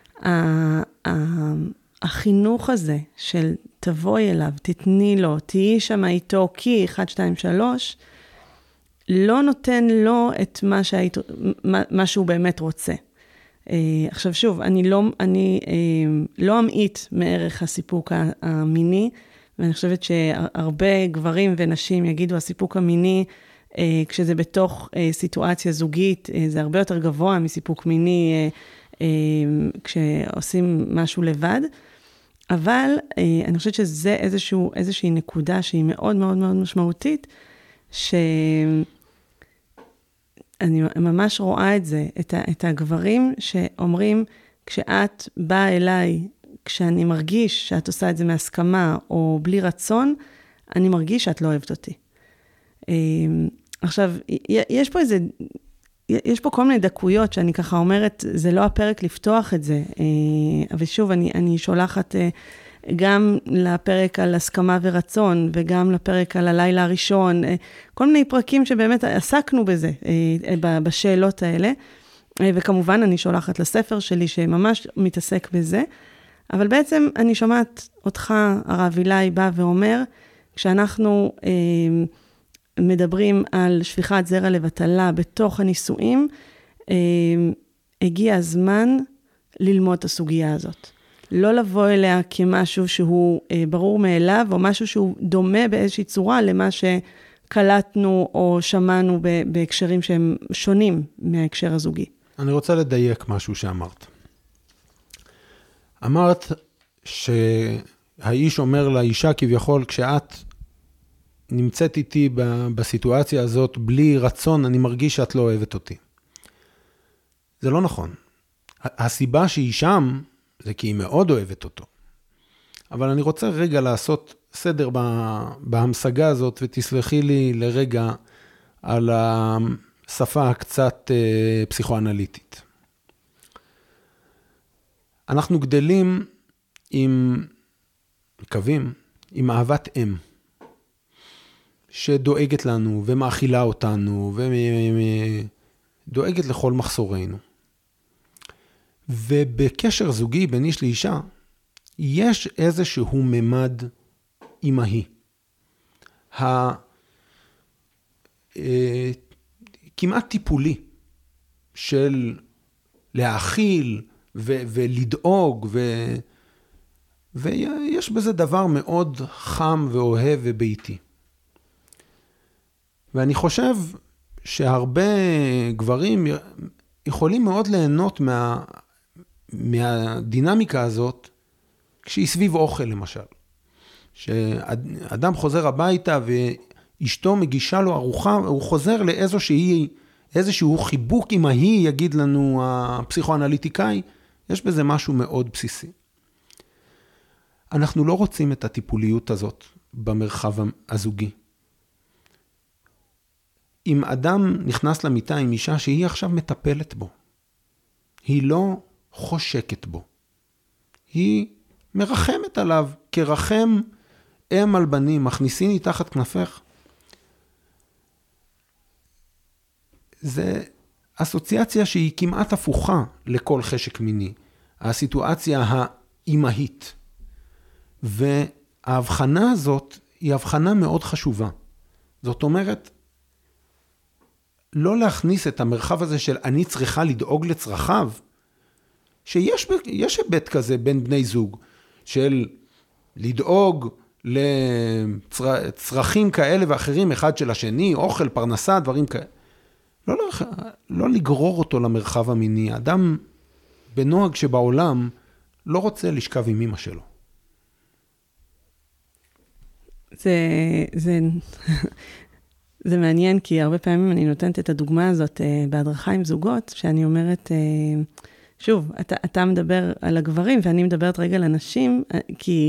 החינוך הזה של תבואי אליו, תתני לו, תהיי שם איתו, כי 1, 2, 3, לא נותן לו את מה שהוא באמת רוצה. עכשיו שוב, אני לא אמעיט מערך הסיפוק המיני, ואני חושבת שהרבה גברים ונשים יגידו, הסיפוק המיני, כשזה בתוך סיטואציה זוגית, זה הרבה יותר גבוה מסיפוק מיני, כשעושים משהו לבד, אבל אני חושבת שזה איזושהי נקודה שהיא מאוד מאוד מאוד משמעותית, שאני ממש רואה את זה, את הגברים שאומרים, כשאת באה אליי, כשאני מרגיש שאת עושה את זה מהסכמה, או בלי רצון, אני מרגיש שאת לא אוהבת אותי. עכשיו, יש פה כל מיני דקויות שאני ככה אומרת, זה לא הפרק לפתוח את זה, אבל שוב, אני שולחת גם לפרק על הסכמה ורצון, וגם לפרק על הלילה הראשון, כל מיני פרקים שבאמת עסקנו בזה, בשאלות האלה, וכמובן אני שולחת לספר שלי שממש מתעסק בזה, אבל בעצם אני שומעת אותך, הרב אילי, בא ואומר, כשאנחנו מדברים על שפיכת זרע לבטלה בתוך הנישואים, הגיע הזמן ללמוד את הסוגיה הזאת. לא לבוא אליה כמשהו שהוא ברור מאליו, או משהו שהוא דומה באיזושהי צורה למה שקלטנו או שמענו בהקשרים שהם שונים מההקשר הזוגי.
אני רוצה לדייק משהו שאמרת. אמרת שהאיש אומר לאישה כביכול, כשאת נמצאת איתי בסיטואציה הזאת בלי רצון, אני מרגיש שאת לא אוהבת אותי. זה לא נכון. הסיבה שהיא שם, זה כי היא מאוד אוהבת אותו. אבל אני רוצה רגע לעשות סדר בהמשגה הזאת, ותסלחי לי לרגע על השפה הקצת פסיכואנליטית. אנחנו גדלים מקווים, עם אהבת אם, שדואגת לנו ומאכילה אותנו, ודואגת לכל מחסורנו. ובקשר זוגי בין איש לאישה, יש איזשהו ממד אימהי. כמעט טיפולי של להאכיל ולדאוג ויש בזה דבר מאוד חם ואוהב וביתי. ואני חושב שהרבה גברים יכולים מאוד ליהנות מהדינמיקה הזאת, כשהיא סביב אוכל למשל. שאדם חוזר הביתה ואשתו מגישה לו ארוחה, הוא חוזר לאיזשהו חיבוק אמהי, יגיד לנו הפסיכואנליטיקאי, יש בזה משהו מאוד בסיסי. אנחנו לא רוצים את הטיפוליות הזאת במרחב הזוגי. אם אדם נכנס למיטה עם אישה שהיא עכשיו מטפלת בו, היא לא חושקת בו, היא מרחמת עליו כרחם אם על בנים, מכניסיני תחת כנפך. זה אסוציאציה שהיא כמעט הפוכה לכל חשק מיני, הסיטואציה האימהית. וההבחנה הזאת היא הבחנה מאוד חשובה. זאת אומרת, לא להכניס את המרחב הזה של אני צריכה לדאוג לצרכיו, שיש היבט כזה בין בני זוג, של לדאוג לצרכים כאלה ואחרים, אחד של השני, אוכל, פרנסה, דברים כאלה. לא לגרור אותו למרחב המיני. אדם בנוהג שבעולם לא רוצה לשכב עם אמא שלו.
זה מעניין, כי הרבה פעמים אני נותנת את הדוגמה הזאת בהדרכה עם זוגות, שאני אומרת, שוב, אתה מדבר על הגברים, ואני מדברת רגע לנשים, כי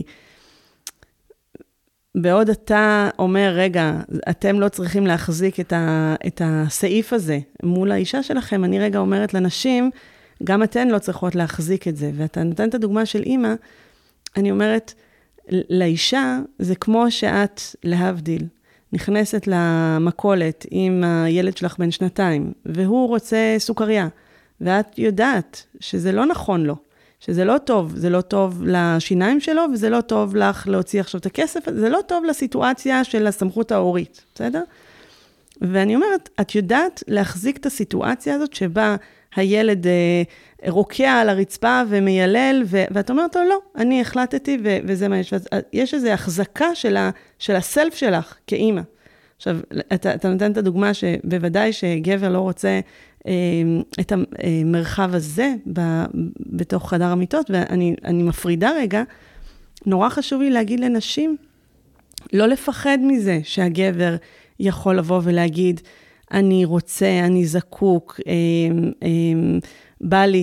בעוד אתה אומר, רגע, אתם לא צריכים להחזיק את הסעיף הזה מול האישה שלכם, אני רגע אומרת לנשים, גם אתן לא צריכות להחזיק את זה, ואתה נותן את הדוגמה של אמא, אני אומרת, לאישה זה כמו שאת להבדיל, נכנסת למקולת עם הילד שלך בן 2, והוא רוצה סוכריה, ואת יודעת שזה לא נכון לו, שזה לא טוב, זה לא טוב לשיניים שלו, וזה לא טוב לך להוציא עכשיו את הכסף, זה לא טוב לסיטואציה של הסמכות ההורית, בסדר? ואני אומרת, את יודעת להחזיק את הסיטואציה הזאת, שבה הילד רוקע על הרצפה ומיילל, ואת אומרת לו, לא, אני החלטתי, וזה מה יש. יש איזו החזקה של הסלף שלך כאימא. עכשיו, אתה נותן את הדוגמה שבוודאי שגבר לא רוצה את המרחב הזה בתוך חדר המיטות, ואני מפרידה רגע, נורא חשוב לי להגיד לנשים, לא לפחד מזה שהגבר יכול לבוא ולהגיד, אני רוצה, אני זקוק, בא לי,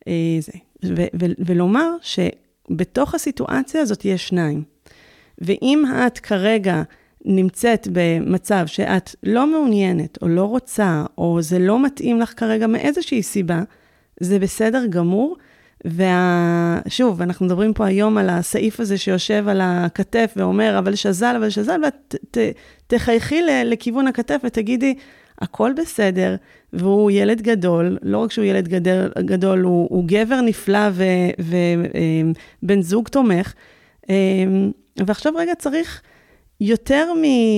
ולומר שבתוך הסיטואציה הזאת יש שניים. ואם את כרגע נמצאת במצב שאת לא מעוניינת, או לא רוצה, או זה לא מתאים לך כרגע מאיזושהי סיבה, זה בסדר גמור, ושוב, אנחנו מדברים פה היום על הסעיף הזה שיושב על הכתף ואומר, אבל שזל, ואת תחייכי לכיוון הכתף ותגידי, הכל בסדר, והוא ילד גדול, לא רק שהוא ילד גדול, הוא גבר נפלא ובן זוג תומך, ועכשיו רגע צריך יותר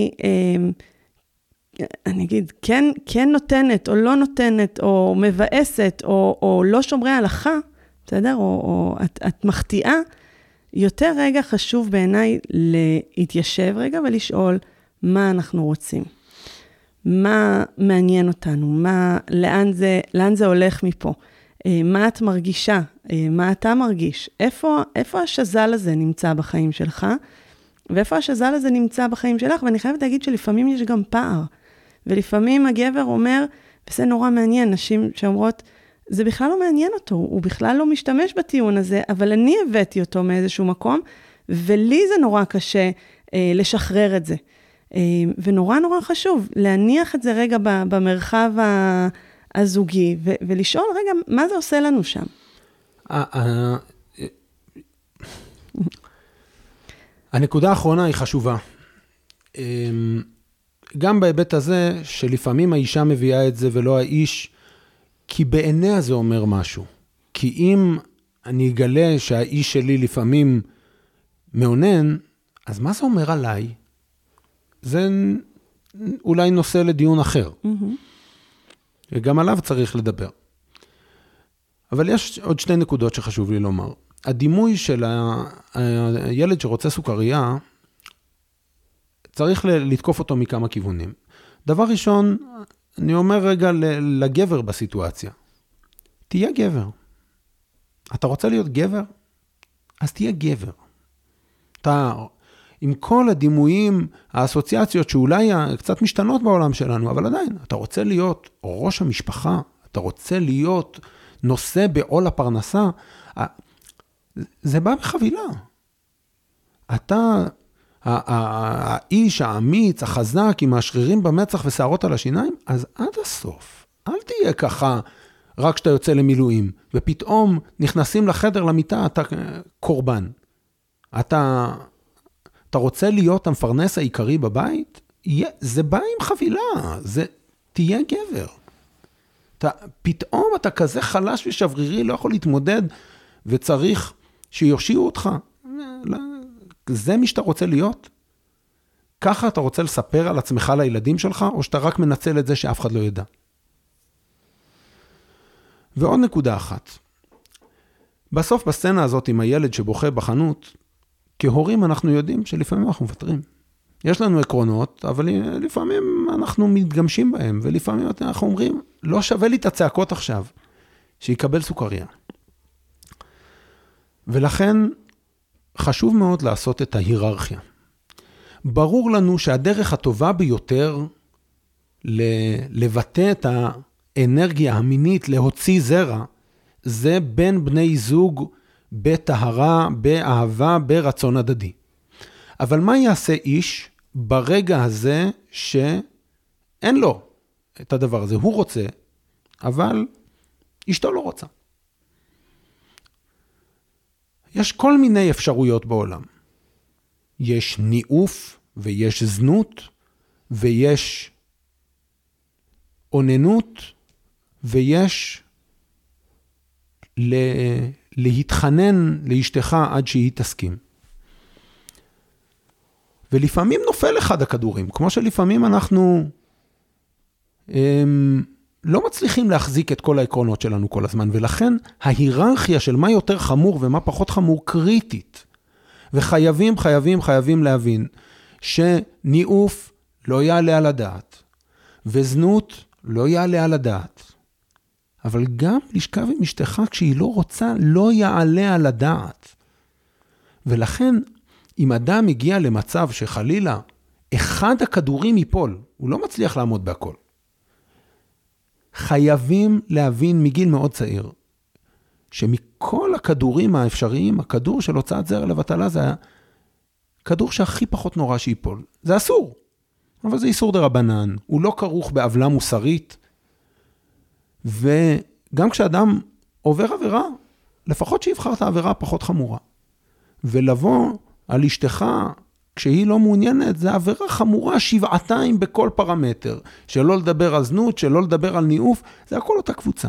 אני אגיד, כן נותנת או לא נותנת, או מבאסת, או לא שומרי הלכה, בסדר? או את מחטיאה, יותר רגע חשוב בעיניי להתיישב רגע ולשאול מה אנחנו רוצים. מה מעניין אותנו? לאן זה הולך מפה? מה את מרגישה? מה אתה מרגיש? איפה השזל הזה נמצא בחיים שלך? ואיפה השזל הזה נמצא בחיים שלך? ואני חייבת להגיד שלפעמים יש גם פער. ולפעמים הגבר אומר, וזה נורא מעניין, נשים שאומרות, זה בכלל לא מעניין אותו, הוא בכלל לא משתמש בטיעון הזה, אבל אני הבאתי אותו מאיזשהו מקום, ולי זה נורא קשה לשחרר את זה. ונורא נורא חשוב להניח את זה רגע במרחב הזוגי, ולשאול רגע, מה זה עושה לנו שם?
הנקודה האחרונה היא חשובה. גם בהיבט הזה, שלפעמים האישה מביאה את זה ולא האיש, כי בעיניה זה אומר משהו. כי אם אני אגלה שהאיש שלי לפעמים מעונן, אז מה זה אומר עליי? זה אולי נושא לדיון אחר. וגם עליו צריך לדבר. אבל יש עוד שתי נקודות שחשוב לי לומר. הדימוי של הילד שרוצה סוכריה, צריך לתקוף אותו מכמה כיוונים. דבר ראשון, אני אומר רגע לגבר בסיטואציה. תהיה גבר. אתה רוצה להיות גבר? אז תהיה גבר. אתה, עם כל הדימויים, האסוציאציות שאולי קצת משתנות בעולם שלנו, אבל עדיין, אתה רוצה להיות ראש המשפחה, אתה רוצה להיות נושא בעול הפרנסה, זה בא בחבילה. אתה, האיש, האמיץ, החזק, עם השרירים במצח ושערות על השיניים, אז עד הסוף, אל תהיה ככה, רק שאתה יוצא למילואים, ופתאום נכנסים לחדר למיטה, אתה קורבן. אתה רוצה להיות המפרנס העיקרי בבית? זה בא עם חבילה, תהיה גבר. פתאום אתה כזה חלש ושברירי, לא יכול להתמודד, וצריך שיושיעו אותך. זה מי שאתה רוצה להיות? ככה אתה רוצה לספר על עצמך לילדים שלך, או שאתה רק מנצל את זה שאף אחד לא ידע? ועוד נקודה אחת. בסוף בסצנה הזאת עם הילד שבוכה בחנות, כהורים אנחנו יודעים שלפעמים אנחנו מוותרים. יש לנו עקרונות, אבל לפעמים אנחנו מתגמשים בהם, ולפעמים אנחנו אומרים, לא שווה לי את הצעקות עכשיו, שיקבל סוכריה. ולכן חשוב מאוד לעשות את ההיררכיה. ברור לנו שהדרך הטובה ביותר לבטא את האנרגיה המינית, להוציא זרע, זה בין בני זוג בטהרה, באהבה, ברצון הדדי. אבל מה יעשה איש ברגע הזה שאין לו את הדבר הזה? הוא רוצה, אבל אשתו לא רוצה. יש כל מיני אפשרויות בעולם. יש ניאוף, ויש זנות, ויש עוננות, ויש להתחנן לאשתך עד שהיא תסכים. ולפעמים נופל אחד הכדורים, כמו שלפעמים אנחנו לא מצליחים להחזיק את כל העקרונות שלנו כל הזמן, ולכן ההיררכיה של מה יותר חמור ומה פחות חמור קריטית. וחייבים להבין שניאוף לא יעלה על הדעת, וזנות לא יעלה על הדעת. אבל גם לשכב עם אשתך כשהיא לא רוצה, לא יעלה על הדעת. ולכן, אם אדם הגיע למצב שחלילה, אחד הכדורים ייפול, הוא לא מצליח לעמוד בהכל. חייבים להבין מגיל מאוד צעיר, שמכל הכדורים האפשריים, הכדור של הוצאת זרע לבטלה, זה הכדור שהכי פחות נורא שיפול. זה אסור, אבל זה איסור דרבנן, הוא לא כרוך בעוולה מוסרית, וגם כשאדם עובר עבירה, לפחות שיבחר את העבירה הפחות חמורה. ולבוא על אשתך, כשהיא לא מעוניינת, זה עבירה חמורה שבעתיים בכל פרמטר. שלא לדבר על זנות, שלא לדבר על ניאוף, זה הכל אותה קבוצה.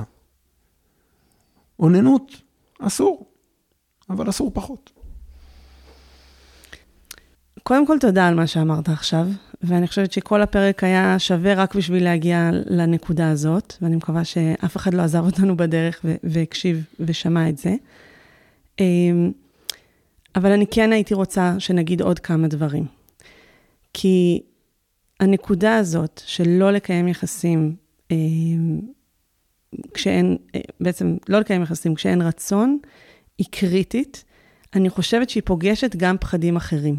עוננות, אסור, אבל אסור פחות.
קודם כל תודה על מה שאמרת עכשיו, ואני חושבת שכל הפרק היה שווה רק בשביל להגיע לנקודה הזאת, ואני מקווה שאף אחד לא עזב אותנו בדרך והקשיב ושמע את זה. אבל אני כן הייתי רוצה שנגיד עוד כמה דברים. כי הנקודה הזאת של לא לקיים יחסים, בעצם לא לקיים יחסים כשאין רצון, היא קריטית. אני חושבת שהיא פוגשת גם פחדים אחרים.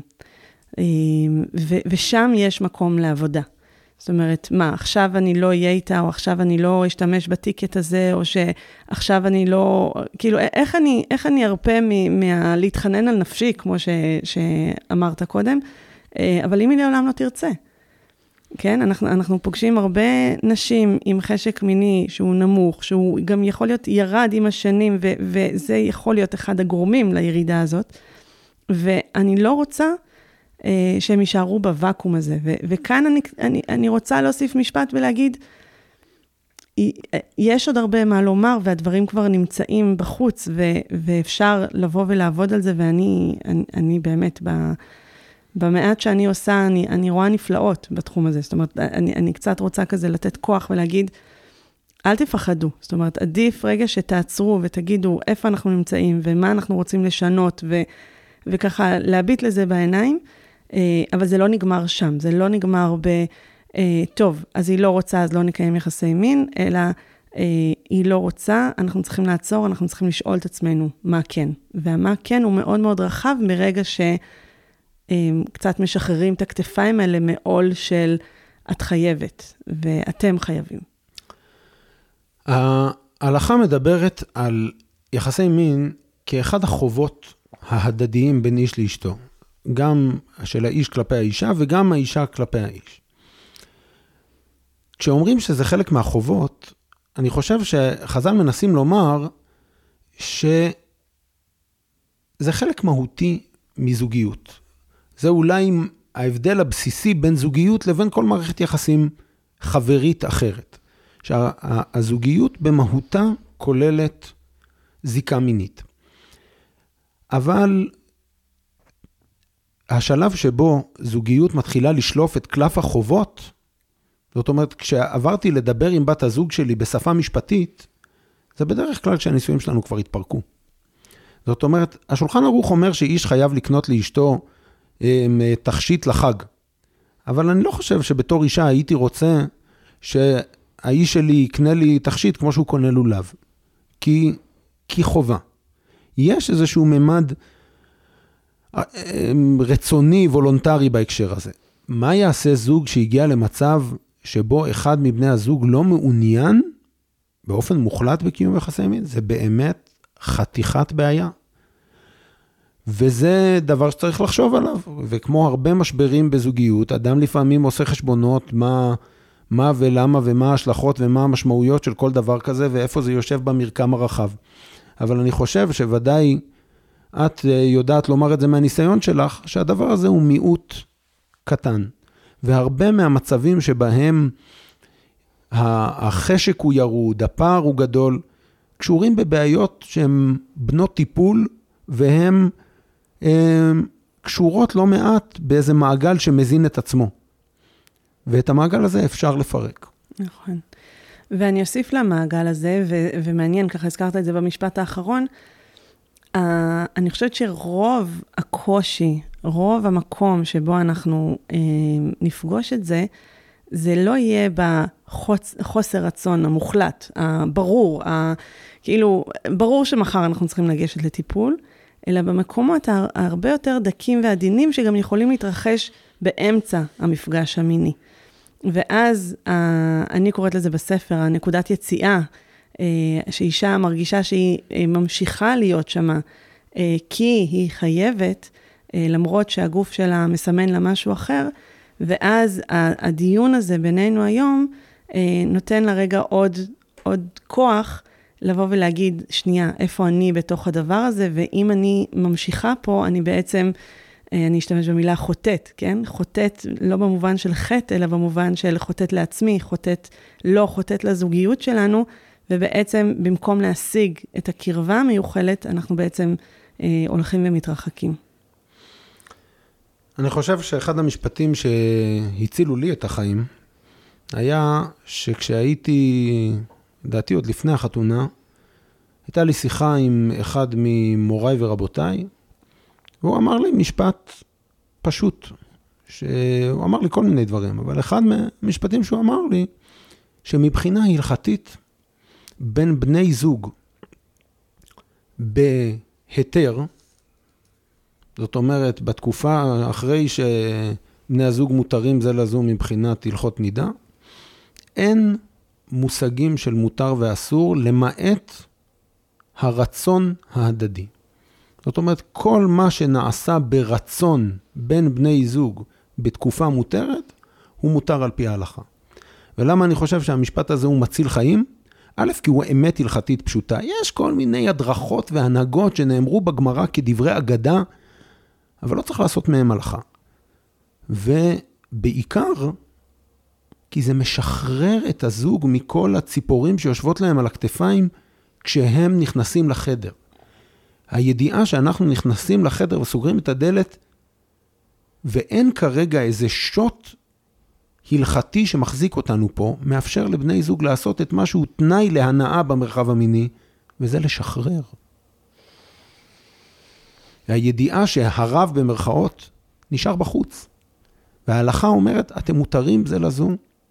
ושם יש מקום לעבודה. זאת אומרת, מה, עכשיו אני לא אהיה איתה, או עכשיו אני לא אשתמש בטיקט הזה, או שעכשיו אני לא, כאילו, איך אני ארפה להתחנן על נפשי, כמו שאמרת קודם, אבל אם היא לעולם לא תרצה. כן, אנחנו פוגשים הרבה נשים עם חשק מיני שהוא נמוך, שהוא גם יכול להיות ירד עם השנים, וזה יכול להיות אחד הגורמים לירידה הזאת, ואני לא רוצה שהם יישארו בוואקום הזה. וכאן אני רוצה להוסיף משפט ולהגיד, יש עוד הרבה מה לומר, והדברים כבר נמצאים בחוץ, ואפשר לבוא ולעבוד על זה, ואני באמת, במעט שאני עושה, אני רואה נפלאות בתחום הזה. זאת אומרת, אני קצת רוצה כזה לתת כוח ולהגיד, אל תפחדו. זאת אומרת, עדיף רגע שתעצרו ותגידו איפה אנחנו נמצאים ומה אנחנו רוצים לשנות וככה להביט לזה בעיניים, אבל זה לא נגמר שם. זה לא נגמר טוב, אז היא לא רוצה, אז לא נקיים יחסי מין, אלא היא לא רוצה, אנחנו צריכים לעצור, אנחנו צריכים לשאול את עצמנו מה כן. והמה כן הוא מאוד מאוד רחב מרגע שקצת משחררים את הכתפיים האלה מעול של את חייבת ואתם חייבים.
ההלכה מדברת על יחסי מין כאחד החובות ההדדיים בין איש לאשתו. גם של האיש כלפי האישה וגם האישה כלפי האיש. כשאומרים שזה חלק מהחובות, אני חושב שחז"ל מנסים לומר שזה חלק מהותי מזוגיות. זה אולי ההבדל הבסיסי בין זוגיות לבין כל מערכת יחסים חברית אחרת. שהזוגיות במהותה כוללת זיקה מינית. אבל השלב שבו זוגיות מתחילה לשלוף את קלף החובות, זאת אומרת, כשעברתי לדבר עם בת הזוג שלי בשפה משפטית, זה בדרך כלל כשהנישואים שלנו כבר התפרקו. זאת אומרת, השולחן ערוך אומר שאיש חייב לקנות לאשתו תכשיט לחג. אבל אני לא חושב שבתור אישה הייתי רוצה שהאיש שלי יקנה לי תכשיט כמו שהוא קונה לולב. כי חובה. יש איזשהו ממד רצוני, וולונטרי בהקשר הזה. מה יעשה זוג שהגיע למצב שבו אחד מבני הזוג לא מעוניין באופן מוחלט בקיום יחסי מין? זה באמת חתיכת בעיה. וזה דבר שצריך לחשוב עליו. וכמו הרבה משברים בזוגיות, אדם לפעמים עושה חשבונות מה ולמה ומה ההשלכות ומה המשמעויות של כל דבר כזה ואיפה זה יושב במרקם הרחב. אבל אני חושב שוודאי את יודעת לומר את זה מהניסיון שלך, שהדבר הזה הוא מיעוט קטן. והרבה מהמצבים שבהם החשק הוא ירוד, הפער הוא גדול, קשורים בבעיות שהן בנות טיפול, והן קשורות לא מעט באיזה מעגל שמזין את עצמו. ואת המעגל הזה אפשר לפרק.
נכון. ואני אוסיף למעגל הזה, ומעניין, ככה הזכרת את זה במשפט האחרון, אני חושבת שרוב הקושי, רוב המקום שבו אנחנו נפגוש את זה, זה לא יהיה בחוסר רצון המוחלט, הברור, כאילו, ברור שמחר אנחנו צריכים לגשת לטיפול, אלא במקומות הרבה יותר דקים ועדינים, שגם יכולים להתרחש באמצע המפגש המיני. ואז אני קוראת לזה בספר, הנקודת יציאה, שאישה מרגישה שהיא ממשיכה להיות שמה, כי היא חייבת, למרות שהגוף שלה מסמן לה משהו אחר, ואז הדיון הזה בינינו היום, נותן לה רגע עוד כוח, לבוא ולהגיד, שנייה, איפה אני בתוך הדבר הזה, ואם אני ממשיכה פה, אני בעצם, אני אשתמש במילה חוטאת, כן? חוטאת לא במובן של חטא, אלא במובן של חוטאת לעצמי, חוטאת לזוגיות שלנו, ובעצם במקום להשיג את הקרבה המיוחלת, אנחנו בעצם הולכים ומתרחקים.
אני חושב שאחד המשפטים שהצילו לי את החיים, היה שכשהייתי, דעתי עוד לפני החתונה, הייתה לי שיחה עם אחד ממוריי ורבותיי, והוא אמר לי משפט פשוט, שהוא אמר לי כל מיני דברים, אבל אחד מהמשפטים שהוא אמר לי, שמבחינה הלכתית, בין בני זוג בהיתר, זאת אומרת, בתקופה אחרי שבני הזוג מותרים זה לזו מבחינת הלכות נידה, אין מושגים של מותר ואסור, למעט הרצון ההדדי. זאת אומרת, כל מה שנעשה ברצון בין בני זוג בתקופה מותרת, הוא מותר על פי ההלכה. ולמה אני חושב שהמשפט הזה הוא מציל חיים? א', כי הוא אמת הלכתית פשוטה. יש כל מיני הדרכות והנהגות שנאמרו בגמרא כדברי אגדה, אבל לא צריך לעשות מהם הלכה. ובעיקר, כי זה משחרר את הזוג מכל הציפורים שיושבות להם על הכתפיים, כשהם נכנסים לחדר. הידיעה שאנחנו נכנסים לחדר וסוגרים את הדלת, ואין כרגע איזה שוט הלכתי שמחזיק אותנו פה, מאפשר לבני זוג לעשות את משהו תנאי להנאה במרחב המיני, וזה לשחרר. הידיעה שהרב במרכאות נשאר בחוץ. וההלכה אומרת, אתם מותרים זה לזו.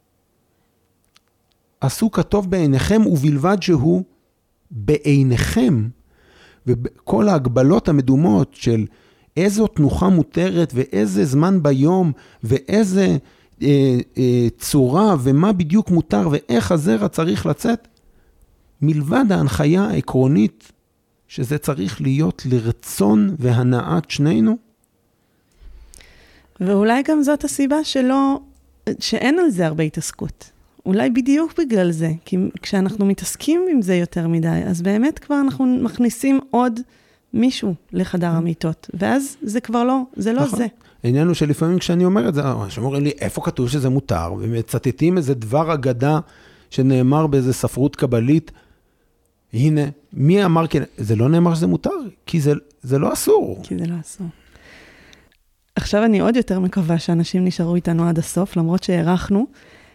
עשו כטוב בעיניכם, ובלבד שהוא בעיניכם, וכל ההגבלות המדומות של איזו תנוחה מותרת, ואיזה זמן ביום, ואיזה צורה, ומה בדיוק מותר, ואיך הזרע צריך לצאת, מלבד ההנחיה העקרונית, שזה צריך להיות לרצון והנאת שנינו.
ואולי גם זאת הסיבה שאין על זה הרבה התעסקות. אולי בדיוק בגלל זה, כי כשאנחנו מתעסקים עם זה יותר מדי, אז באמת כבר אנחנו מכניסים עוד מישהו לחדר המיטות, ואז זה כבר לא, זה לא זה.
העניין הוא שלפעמים כשאני אומר את זה, שאומרים לי, איפה כתוב שזה מותר? ומצטטים איזה דבר אגדה שנאמר באיזה ספרות קבלית, הנה, מי אמר, זה לא נאמר שזה מותר, כי זה לא אסור.
כי זה לא אסור. עכשיו אני עוד יותר מקווה שאנשים נשארו איתנו עד הסוף, למרות שהערכנו.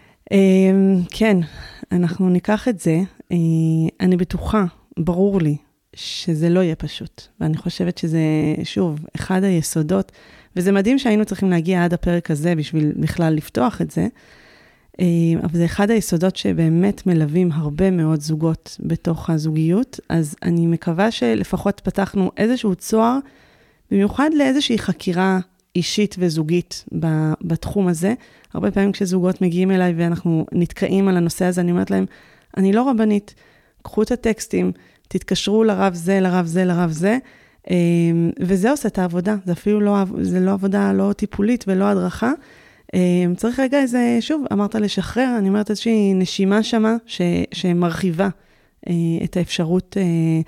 כן, אנחנו ניקח את זה. אני בטוחה, ברור לי, שזה לא יהיה פשוט. ואני חושבת שזה, שוב, אחד היסודות, וזה מדהים שהיינו צריכים להגיע עד הפרק הזה, בשביל בכלל לפתוח את זה, אבל זה אחד היסודות שבאמת מלווים הרבה מאוד זוגות בתוך הזוגיות, אז אני מקווה שלפחות פתחנו איזשהו צוהר, במיוחד לאיזושהי חקירה אישית וזוגית בתחום הזה. הרבה פעמים כשזוגות מגיעים אליי ואנחנו נתקעים על הנושא הזה, אני אומרת להם, אני לא רבנית, קחו את הטקסטים, תתקשרו לרב זה, לרב זה, לרב זה, וזה עושה את העבודה. זה אפילו לא, זה לא עבודה לא טיפולית ולא הדרכה. צריך רגע איזה, שוב, אמרת לשחרר, אני אומרת איזושהי נשימה שמה שמרחיבה את האפשרות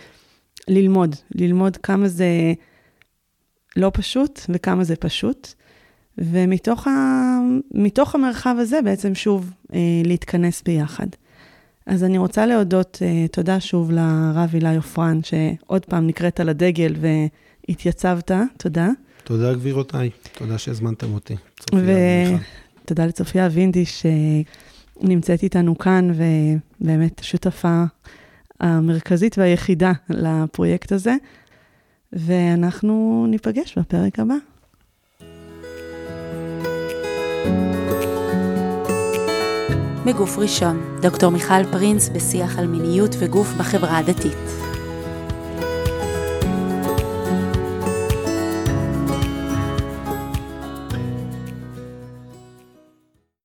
ללמוד כמה זה לא פשוט וכמה זה פשוט, ומתוך המרחב הזה בעצם שוב להתכנס ביחד. אז אני רוצה להודות, תודה שוב לרב אילי עופרן, שעוד פעם נקראת על הדגל והתייצבת, תודה.
תודה גבירותיי, תודה שהזמנתם אותי.
ותודה לצופיה וינדי שנמצאת איתנו כאן, ובאמת שותפה המרכזית והיחידה לפרויקט הזה, ואנחנו ניפגש בפרק הבא.
מגוף ראשון, דוקטור מיכל פרינס בשיח על מיניות וגוף בחברה הדתית.